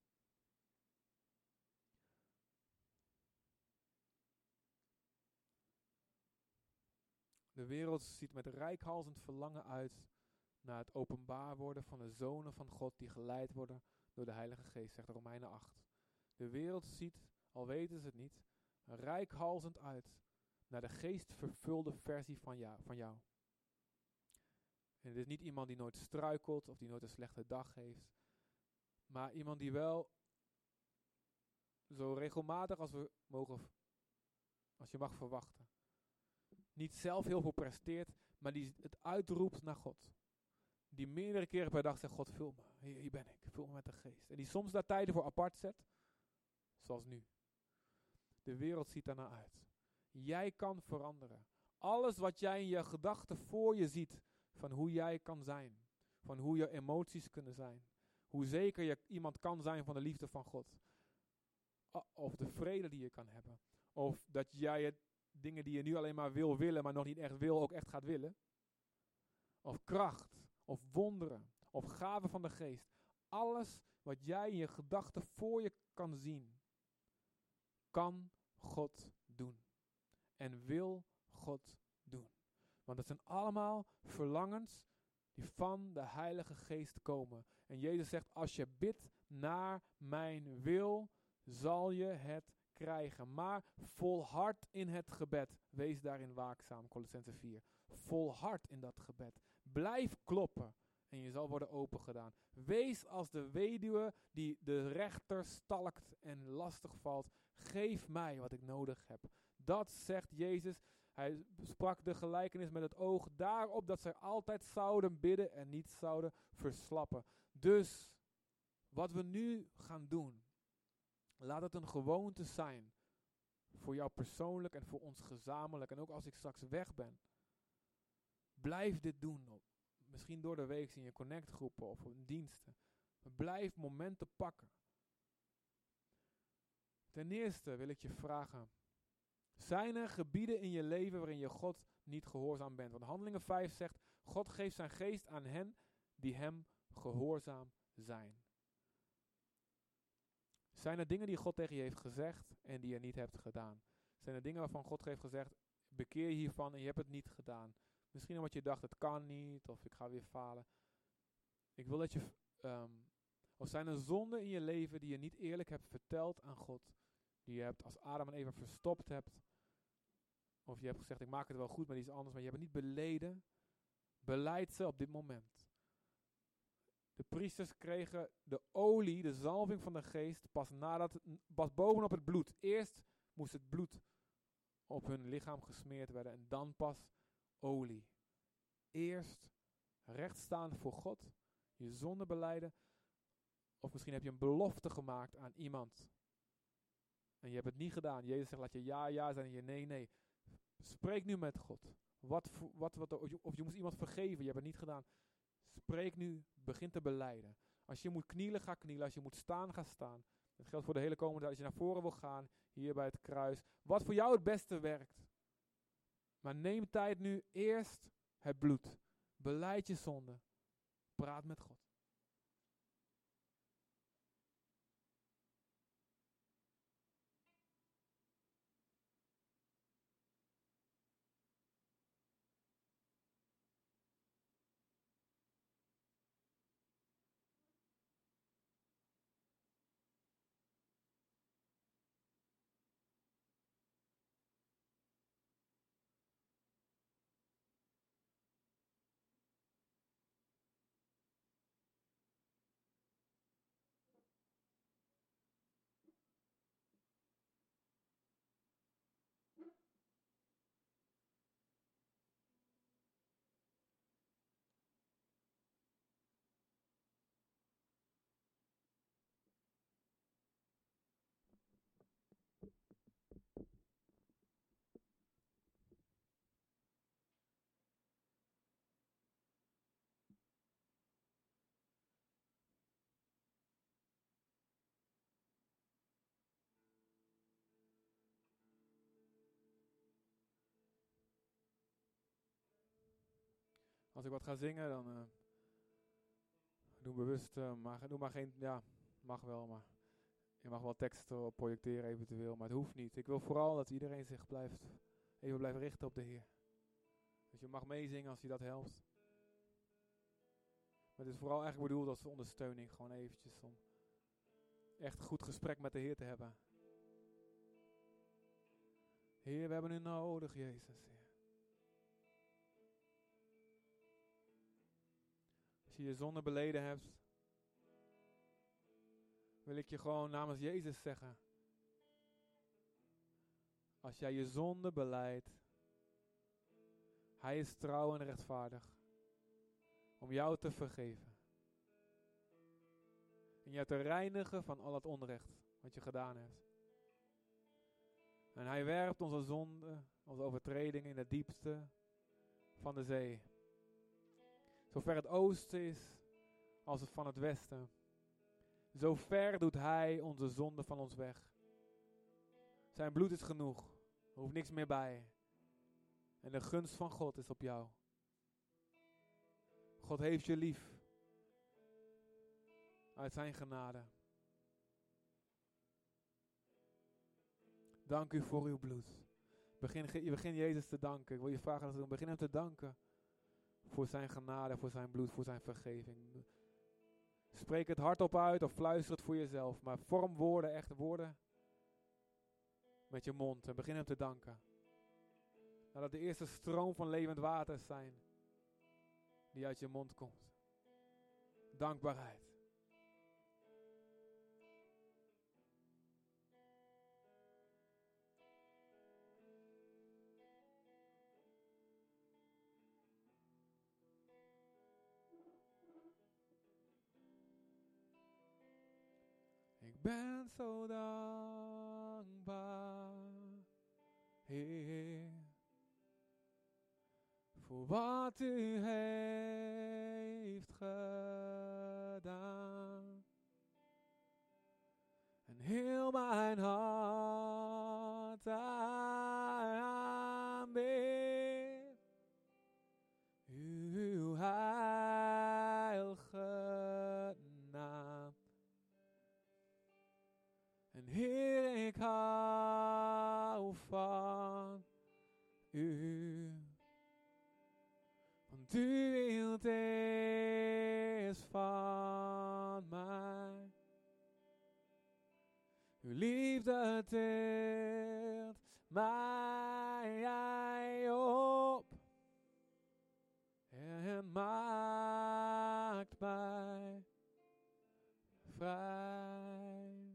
De wereld ziet met reikhalzend verlangen uit naar het openbaar worden van de zonen van God die geleid worden door de Heilige Geest, zegt Romeinen acht. De wereld ziet, al weten ze het niet, reikhalzend uit naar de geestvervulde versie van jou. Van jou. En het is niet iemand die nooit struikelt of die nooit een slechte dag heeft, maar iemand die wel zo regelmatig als we mogen, als je mag verwachten, niet zelf heel veel presteert, maar die het uitroept naar God. Die meerdere keren per dag zegt, God, vul me. Hier, hier ben ik. Vul me met de geest. En die soms daar tijden voor apart zet. Zoals nu. De wereld ziet daarnaar uit. Jij kan veranderen. Alles wat jij in je gedachten voor je ziet. Van hoe jij kan zijn. Van hoe je emoties kunnen zijn. Hoe zeker je iemand kan zijn van de liefde van God. Of de vrede die je kan hebben. Of dat jij het dingen die je nu alleen maar wil willen, maar nog niet echt wil, ook echt gaat willen. Of kracht. Of wonderen, of gaven van de geest. Alles wat jij in je gedachten voor je kan zien, kan God doen. En wil God doen. Want dat zijn allemaal verlangens die van de Heilige Geest komen. En Jezus zegt, als je bidt naar mijn wil, zal je het krijgen. Maar volhard in het gebed. Wees daarin waakzaam, Kolossenzen vier. Volhard in dat gebed. Blijf kloppen en je zal worden opengedaan. Wees als de weduwe die de rechter stalkt en lastig valt. Geef mij wat ik nodig heb. Dat zegt Jezus. Hij sprak de gelijkenis met het oog daarop dat zij altijd zouden bidden en niet zouden verslappen. Dus wat we nu gaan doen, laat het een gewoonte zijn. Voor jou persoonlijk en voor ons gezamenlijk. En ook als ik straks weg ben. Blijf dit doen. Misschien door de week in je connectgroepen of in diensten. Maar blijf momenten pakken. Ten eerste wil ik je vragen. Zijn er gebieden in je leven waarin je God niet gehoorzaam bent? Want Handelingen vijf zegt. God geeft zijn geest aan hen die hem gehoorzaam zijn. Zijn er dingen die God tegen je heeft gezegd en die je niet hebt gedaan? Zijn er dingen waarvan God heeft gezegd, bekeer je hiervan en je hebt het niet gedaan? Misschien omdat je dacht, het kan niet, of ik ga weer falen. Ik wil dat je, um, of zijn er zonden in je leven die je niet eerlijk hebt verteld aan God? Die je hebt als Adam en Eva verstopt hebt. Of je hebt gezegd, ik maak het wel goed met iets anders, maar je hebt het niet beleden. Beleid ze op dit moment. De priesters kregen de olie, de zalving van de geest, pas, nadat, pas bovenop het bloed. Eerst moest het bloed op hun lichaam gesmeerd worden en dan pas olie. Eerst recht staan voor God, je zonde belijden. Of misschien heb je een belofte gemaakt aan iemand. En je hebt het niet gedaan. Jezus zegt, laat je ja, ja zijn en je nee, nee. Spreek nu met God. Wat, wat, wat, of, je, of je moest iemand vergeven, je hebt het niet gedaan. Spreek nu, begin te belijden. Als je moet knielen, ga knielen. Als je moet staan, ga staan. Dat geldt voor de hele komende tijd. Als je naar voren wil gaan, hier bij het kruis. Wat voor jou het beste werkt. Maar neem tijd nu eerst het bloed. Belijd je zonde. Praat met God. Als ik wat ga zingen, dan uh, doe bewust, uh, maar doe maar geen, ja, mag wel, maar je mag wel teksten projecteren eventueel, maar het hoeft niet. Ik wil vooral dat iedereen zich blijft, even blijft richten op de Heer. Dus je mag meezingen als je dat helpt. Maar het is vooral eigenlijk bedoeld als ondersteuning, gewoon eventjes om echt goed gesprek met de Heer te hebben. Heer, we hebben u nodig, Jezus. Heer. Als je je zonde beleden hebt, wil ik je gewoon namens Jezus zeggen. Als jij je zonde belijdt, Hij is trouw en rechtvaardig om jou te vergeven. En jou te reinigen van al het onrecht wat je gedaan hebt. En Hij werpt onze zonde, onze overtredingen in de diepste van de zee. Zover het oosten is als het van het westen. Zo ver doet Hij onze zonde van ons weg. Zijn bloed is genoeg. Er hoeft niks meer bij. En de gunst van God is op jou. God heeft je lief. Uit zijn genade. Dank u voor uw bloed. Begin, je begint Jezus te danken. Ik wil je vragen dat te doen. Begin hem te danken. Voor zijn genade, voor zijn bloed, voor zijn vergeving. Spreek het hardop uit of fluister het voor jezelf. Maar vorm woorden, echte woorden. Met je mond. En begin hem te danken. Laat het de eerste stroom van levend water zijn. Die uit je mond komt. Dankbaarheid. Ik ben zo dankbaar, Heer, voor wat u heeft gedaan. En heel mijn hart aanbidt uw heilige naam. En Heer, ik hou van u, want u wilt is van mij. Uw liefde tilt mij op en maakt mij vrij.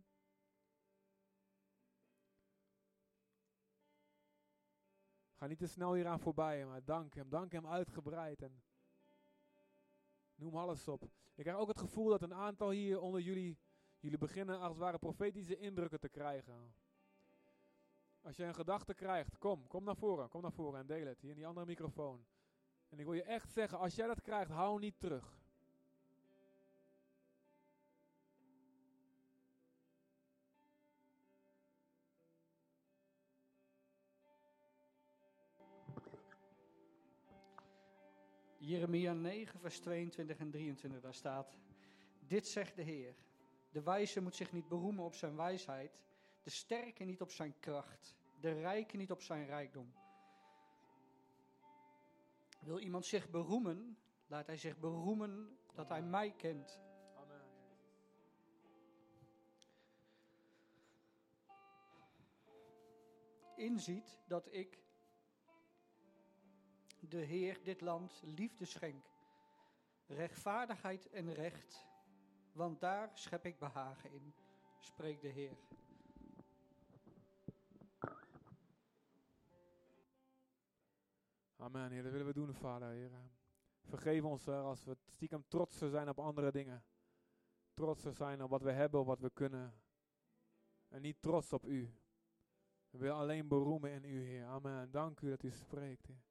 Ga niet te snel hieraan voorbij, maar dank hem. Dank hem uitgebreid en noem alles op. Ik krijg ook het gevoel dat een aantal hier onder jullie, jullie beginnen als het ware profetische indrukken te krijgen. Als je een gedachte krijgt, kom, kom naar voren, kom naar voren en deel het. Hier in die andere microfoon. En ik wil je echt zeggen, als jij dat krijgt, hou niet terug. Jeremia negen, vers tweeëntwintig en drieëntwintig, daar staat: Dit zegt de Heer, de wijze moet zich niet beroemen op zijn wijsheid, de sterke niet op zijn kracht, de rijke niet op zijn rijkdom. Wil iemand zich beroemen, laat hij zich beroemen dat hij mij kent. Amen. Inziet dat ik de Heer dit land liefde schenk, rechtvaardigheid en recht, want daar schep ik behagen in, spreekt de Heer. Amen, Heer, dat willen we doen, Vader, Heer. Vergeef ons uh, als we stiekem trotser zijn op andere dingen. Trotser zijn op wat we hebben, op wat we kunnen. En niet trots op u. We willen alleen beroemen in u, Heer. Amen. Dank u dat u spreekt, Heer.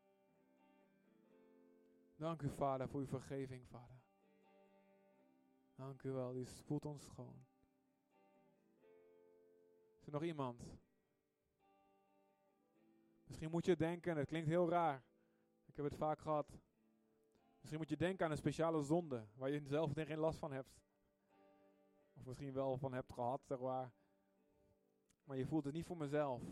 Dank u, Vader, voor uw vergeving, Vader. Dank u wel, u spoelt ons schoon. Is er nog iemand? Misschien moet je denken, het klinkt heel raar. Ik heb het vaak gehad. Misschien moet je denken aan een speciale zonde, waar je zelf geen last van hebt. Of misschien wel van hebt gehad, zeg maar. Maar je voelt het niet voor mezelf.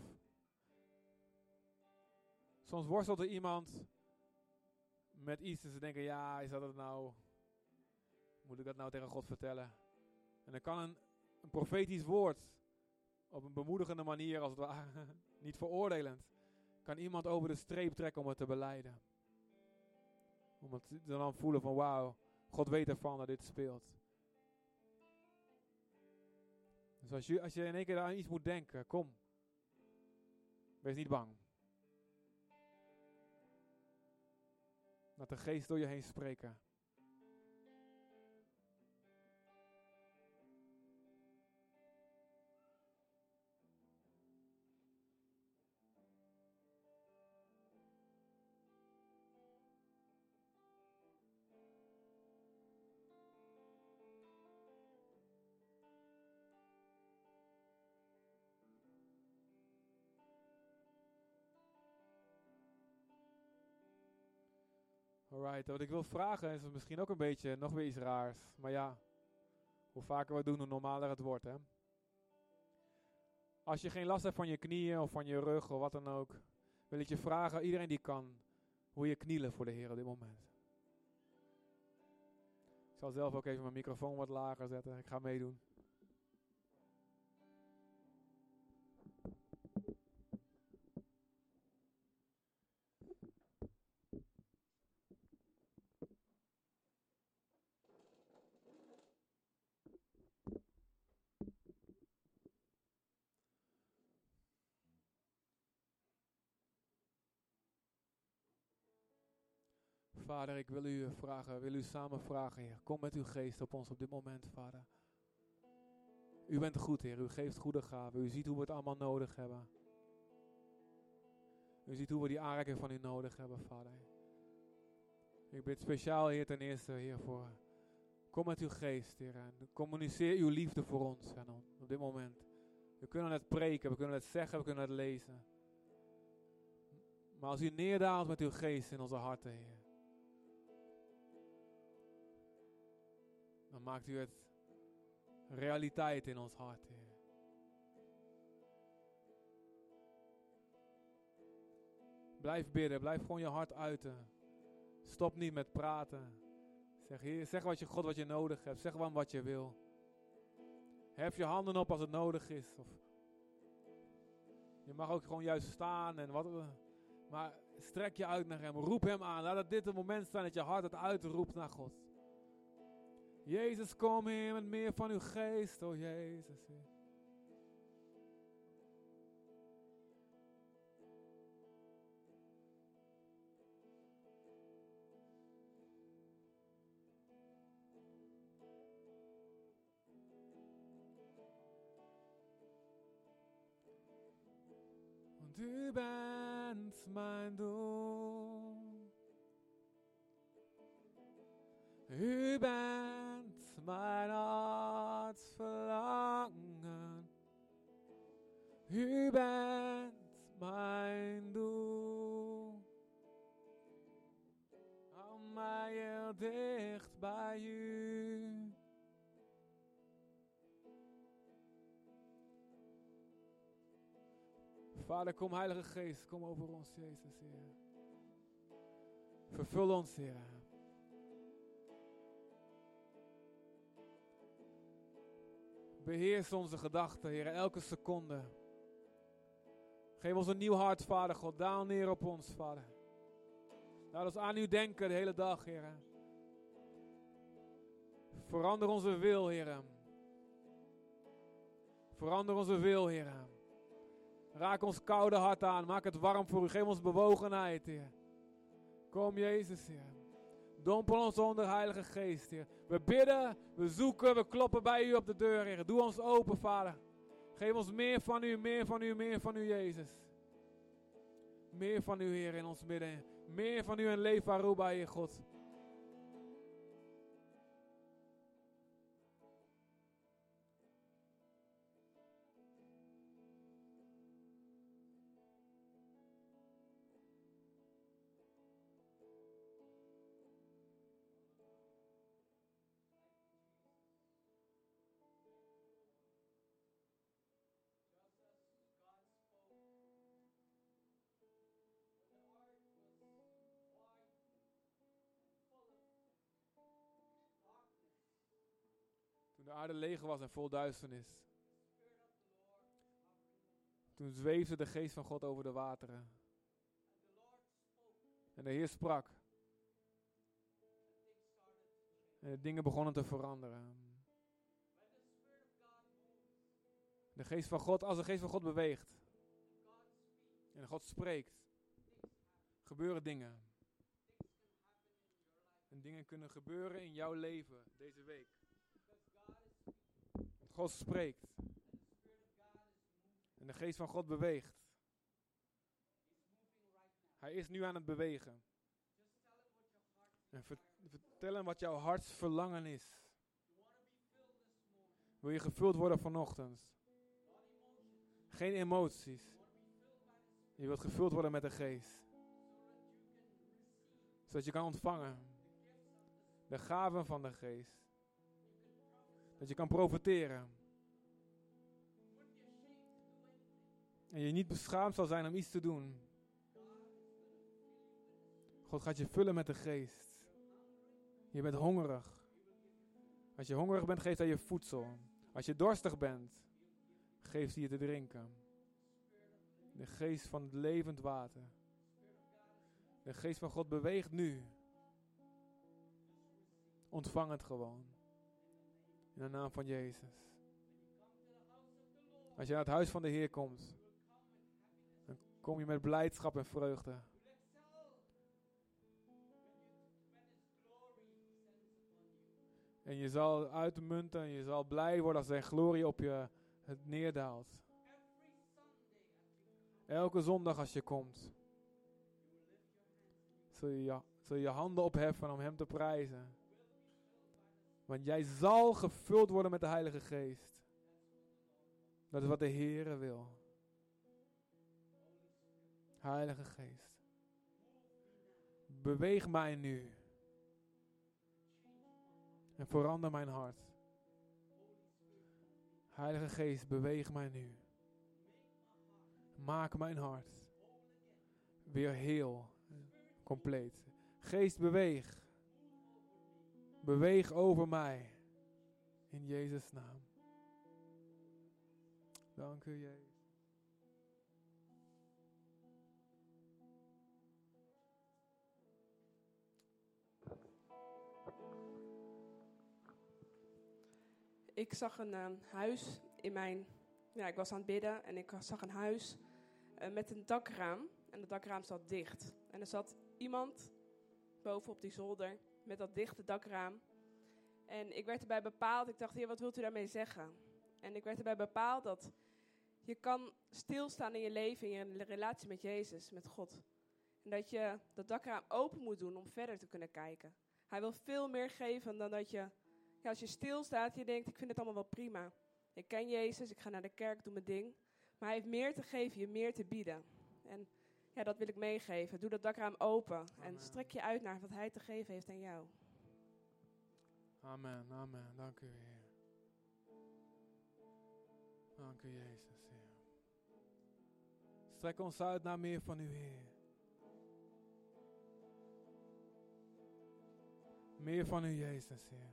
Soms worstelt er iemand met iets en ze denken, ja, is dat het nou? Moet ik dat nou tegen God vertellen? En dan kan een, een profetisch woord, op een bemoedigende manier als het ware, niet veroordelend, kan iemand over de streep trekken om het te belijden. Om het dan voelen van, wauw, God weet ervan dat dit speelt. Dus als je, als je in één keer aan iets moet denken, kom. Wees niet bang. Laat de geest door je heen spreken. Alright, wat ik wil vragen is misschien ook een beetje nog weer iets raars. Maar ja, hoe vaker we het doen, hoe normaler het wordt, hè. Als je geen last hebt van je knieën of van je rug of wat dan ook, wil ik je vragen, iedereen die kan, hoe je knielen voor de Heer op dit moment. Ik zal zelf ook even mijn microfoon wat lager zetten. Ik ga meedoen. Vader, ik wil u vragen, wil u samen vragen, Heer. Kom met uw geest op ons op dit moment, Vader. U bent goed, Heer. U geeft goede gaven. U ziet hoe we het allemaal nodig hebben. U ziet hoe we die aanraking van u nodig hebben, Vader. Ik bid speciaal, Heer, ten eerste, Heer, voor... Kom met uw geest, Heer. En communiceer uw liefde voor ons en op dit moment. We kunnen het preken, we kunnen het zeggen, we kunnen het lezen. Maar als u neerdaalt met uw geest in onze harten, Heer, dan maakt u het realiteit in ons hart, Heer. Blijf bidden, blijf gewoon je hart uiten. Stop niet met praten. Zeg, Heer, zeg wat je, God wat je nodig hebt. Zeg gewoon wat je wil. Hef je handen op als het nodig is. Of je mag ook gewoon juist staan. En wat, maar strek je uit naar hem. Roep hem aan. Laat het dit het moment zijn dat je hart het uitroept naar God. Jezus, kom Heer met meer van uw geest. Oh Jezus, Heer. Want u bent mijn doel. U bent mijn harts verlangen. U bent mijn doel. Hou mij heel dicht bij u. Vader, kom Heilige Geest, kom over ons, Jezus, Heer. Vervul ons, Heer. Beheers onze gedachten, Heer, elke seconde. Geef ons een nieuw hart, Vader God. Daal neer op ons, Vader. Laat ons aan u denken de hele dag, Heer. Verander onze wil, Heer. Verander onze wil, Heer. Raak ons koude hart aan. Maak het warm voor u. Geef ons bewogenheid, Heer. Kom, Jezus, Heer. Dompel ons onder, Heilige Geest, Heer. We bidden, we zoeken, we kloppen bij u op de deur, Heer. Doe ons open, Vader. Geef ons meer van u, meer van u, meer van u, Jezus. Meer van u, Heer, in ons midden. Meer van u en leef Aruba, Heer God. de aarde leeg was en vol duisternis. Toen zweefde de geest van God over de wateren. En de Heer sprak. En de dingen begonnen te veranderen. De geest van God, als de geest van God beweegt. En God spreekt. Gebeuren dingen. En dingen kunnen gebeuren in jouw leven deze week. God spreekt. En de geest van God beweegt. Hij is nu aan het bewegen. En ver- vertel hem wat jouw hartsverlangen is. Wil je gevuld worden vanochtend? Geen emoties. Je wilt gevuld worden met de geest. Zodat je kan ontvangen. De gaven van de geest. Dat je kan profiteren. En je niet beschaamd zal zijn om iets te doen. God gaat je vullen met de geest. Je bent hongerig. Als je hongerig bent, geeft hij je voedsel. Als je dorstig bent, geeft hij je te drinken. De geest van het levend water. De geest van God beweegt nu. Ontvang het gewoon. In de naam van Jezus. Als je naar het huis van de Heer komt, dan kom je met blijdschap en vreugde. En je zal uitmunten en je zal blij worden als zijn glorie op je het neerdaalt. Elke zondag als je komt, zul je je, zul je je handen opheffen om hem te prijzen. Want jij zal gevuld worden met de Heilige Geest. Dat is wat de Heere wil. Heilige Geest. Beweeg mij nu. En verander mijn hart. Heilige Geest, beweeg mij nu. Maak mijn hart weer heel, compleet. Geest, beweeg. Beweeg over mij. In Jezus' naam. Dank u, Jezus. Ik zag een uh, huis in mijn... Ja, ik was aan het bidden en ik zag een huis uh, met een dakraam. En het dakraam zat dicht. En er zat iemand bovenop die zolder met dat dichte dakraam. En ik werd erbij bepaald, ik dacht, Heer, wat wilt u daarmee zeggen? En ik werd erbij bepaald dat je kan stilstaan in je leven, in je relatie met Jezus, met God. En dat je dat dakraam open moet doen om verder te kunnen kijken. Hij wil veel meer geven dan dat je... Ja, als je stilstaat, je denkt, ik vind het allemaal wel prima. Ik ken Jezus, ik ga naar de kerk, doe mijn ding. Maar hij heeft meer te geven, je meer te bieden. En ja, dat wil ik meegeven. Doe dat dakraam open. Amen. En strek je uit naar wat hij te geven heeft aan jou. Amen, amen. Dank u, Heer. Dank u, Jezus, Heer. Strek ons uit naar meer van u, Heer. Meer van u, Jezus, Heer.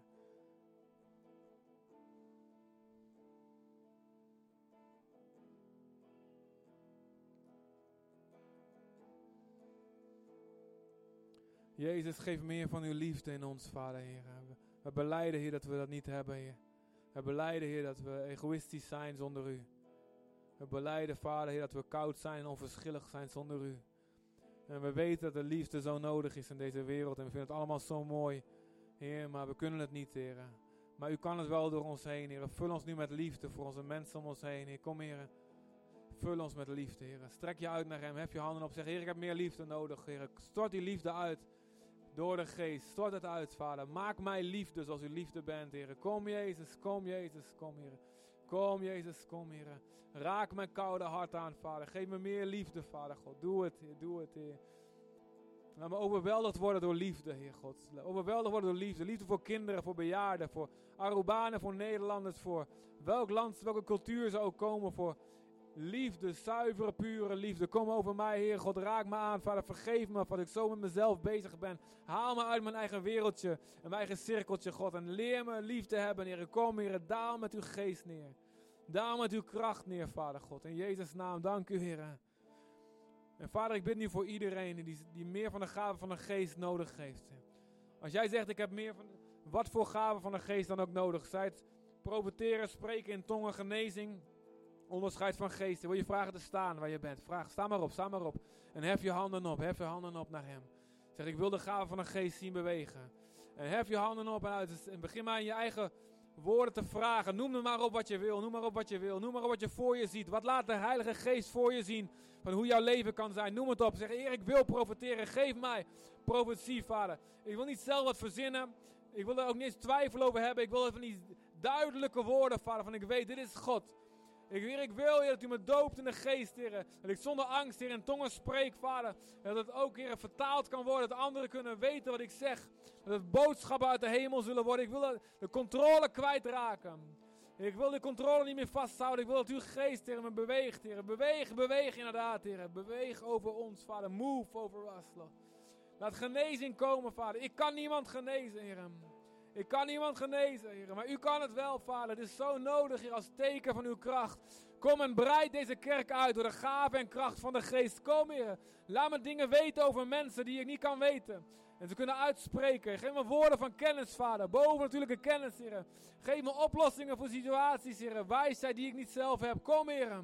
Jezus, geef meer van uw liefde in ons, Vader, Heer. We belijden, Heer, dat we dat niet hebben, Heer. We belijden, Heer, dat we egoïstisch zijn zonder u. We belijden, Vader, Heer, dat we koud zijn en onverschillig zijn zonder u. En we weten dat de liefde zo nodig is in deze wereld. En we vinden het allemaal zo mooi, Heer, maar we kunnen het niet, Heer. Maar u kan het wel door ons heen, Heer. Vul ons nu met liefde voor onze mensen om ons heen, Heer. Kom, Heer. Vul ons met liefde, Heer. Strek je uit naar hem. Hef je handen op. Zeg, Heer, ik heb meer liefde nodig, Heer. Stort die liefde uit. Door de geest. Stort het uit, Vader. Maak mij liefde zoals u liefde bent, Heer. Kom, Jezus. Kom, Jezus. Kom, Heer. Kom, Jezus. Kom, Heer. Raak mijn koude hart aan, Vader. Geef me meer liefde, Vader God. Doe het, Heer. Doe het, Heer. Laat me overweldigd worden door liefde, Heer God. Overweldigd worden door liefde. Liefde voor kinderen, voor bejaarden, voor Arubanen, voor Nederlanders, voor welk land, welke cultuur ze ook komen, voor liefde, zuivere, pure liefde. Kom over mij, Heer God, raak me aan. Vader, vergeef me dat ik zo met mezelf bezig ben. Haal me uit mijn eigen wereldje en mijn eigen cirkeltje, God. En leer me lief te hebben, Heer. Kom, Heer, daal met uw geest neer. Daal met uw kracht neer, Vader God. In Jezus' naam, dank u, Heer. En Vader, ik bid nu voor iedereen die, die meer van de gave van de geest nodig heeft. Als jij zegt, ik heb meer van, wat voor gave van de geest dan ook nodig. Zij het profeteren, spreken in tongen, genezing, onderscheid van geesten. Wil je vragen te staan waar je bent? Vraag, sta maar op, sta maar op. En hef je handen op, hef je handen op naar hem. Zeg, ik wil de gave van de geest zien bewegen. En hef je handen op en uit. En begin maar in je eigen woorden te vragen. Noem er maar op wat je wil, noem maar op wat je wil. Noem maar op wat je voor je ziet. Wat laat de Heilige Geest voor je zien van hoe jouw leven kan zijn. Noem het op. Zeg, Heer, ik wil profeteren. Geef mij profetie, Vader. Ik wil niet zelf wat verzinnen. Ik wil er ook niet eens twijfel over hebben. Ik wil even die duidelijke woorden, Vader, van ik weet, dit is God. Ik, Heer, ik wil, Heer, dat u me doopt in de geest, Heer. Dat ik zonder angst, Heer, in tongen spreek, Vader. Dat het ook, Heer, vertaald kan worden. Dat anderen kunnen weten wat ik zeg. Dat het boodschappen uit de hemel zullen worden. Ik wil dat de controle kwijtraken. Ik wil de controle niet meer vasthouden. Ik wil dat uw geest, Heer, me beweegt, Heer. Beweeg, beweeg inderdaad, Heer. Beweeg over ons, Vader. Move over us, Lord. Laat genezing komen, Vader. Ik kan niemand genezen, Heer. Ik kan niemand genezen, Heer. Maar u kan het wel, Vader. Het is zo nodig, Heer, als teken van uw kracht. Kom en breid deze kerk uit door de gave en kracht van de geest. Kom, Heer. Laat me dingen weten over mensen die ik niet kan weten. En ze kunnen uitspreken. Geef me woorden van kennis, Vader. Bovennatuurlijke kennis, Heer. Geef me oplossingen voor situaties, Heer. Wijsheid die ik niet zelf heb. Kom, Heer.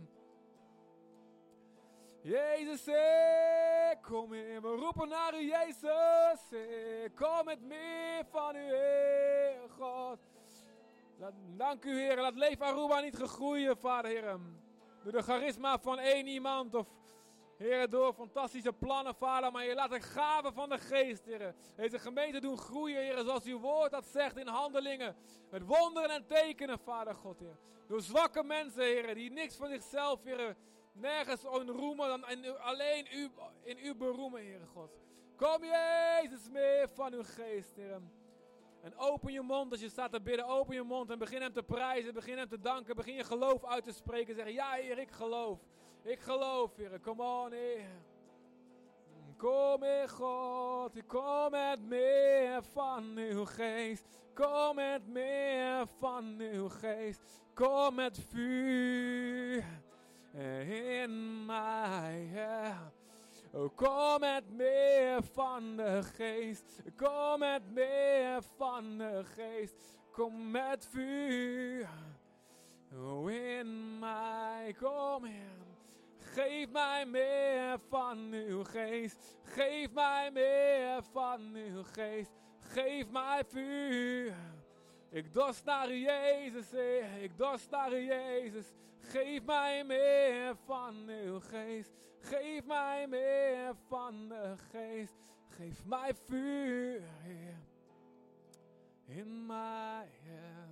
Jezus, eh, kom Heer. We roepen naar u, Jezus. Eh, kom met meer van u, Heer God. Laat, dank u, Heer. Laat Leef Aruba niet gegroeien, Vader, Heer. Door de charisma van één iemand of, Heer, door fantastische plannen, Vader. Maar Heer, laat de gave van de geest, Heer, deze gemeente doen groeien, Heer. Zoals uw woord dat zegt in handelingen. Met wonderen en tekenen, Vader God, Heer. Door zwakke mensen, Heer, die niks van zichzelf, Heer, nergens in roemen dan in u, alleen u, in u beroemen, Heer God. Kom Jezus meer van uw geest, Heer. En open je mond als je staat te bidden. Open je mond en begin hem te prijzen. Begin hem te danken. Begin je geloof uit te spreken. Zeg, ja Heer, ik geloof. Ik geloof, Heer. Kom on, Heer. Kom, Heer God. Kom met meer van uw geest. Kom met meer van uw geest. Kom met vuur in mij, yeah. Oh, kom met meer van de geest. Kom met meer van de geest. Kom met vuur oh, in mij. Kom, Heer. Geef mij meer van uw geest. Geef mij meer van uw geest. Geef mij vuur. Ik dorst naar u, Jezus, Heer. Ik dorst naar u, Jezus. Geef mij meer van uw geest. Geef mij meer van de geest. Geef mij vuur, Heer. In mij, Heer.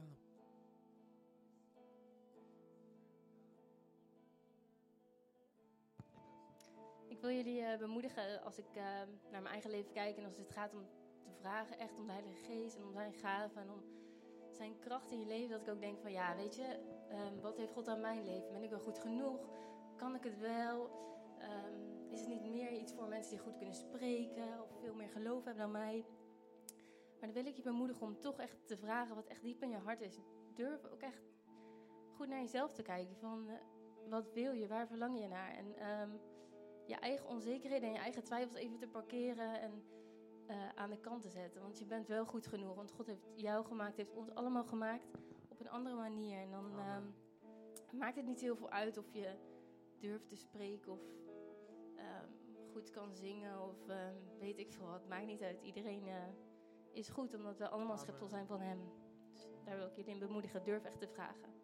Ik wil jullie uh, bemoedigen als ik uh, naar mijn eigen leven kijk. En als het gaat om te vragen echt om de Heilige Geest en om zijn gaven en om zijn kracht in je leven. Dat ik ook denk van ja, weet je, um, wat heeft God aan mijn leven? Ben ik wel goed genoeg? Kan ik het wel? Um, is het niet meer iets voor mensen die goed kunnen spreken of veel meer geloof hebben dan mij? Maar dan wil ik je bemoedigen om toch echt te vragen wat echt diep in je hart is. Durf ook echt goed naar jezelf te kijken. Van uh, wat wil je? Waar verlang je naar? En um, je eigen onzekerheden en je eigen twijfels even te parkeren en uh, aan de kant te zetten. Want je bent wel goed genoeg. Want God heeft jou gemaakt, heeft ons allemaal gemaakt op een andere manier. En dan um, maakt het niet heel veel uit of je durft te spreken of um, goed kan zingen of um, weet ik veel wat. Maakt niet uit. Iedereen uh, is goed, omdat we allemaal schepsel zijn van hem. Dus daar wil ik jullie in bemoedigen. Durf echt te vragen.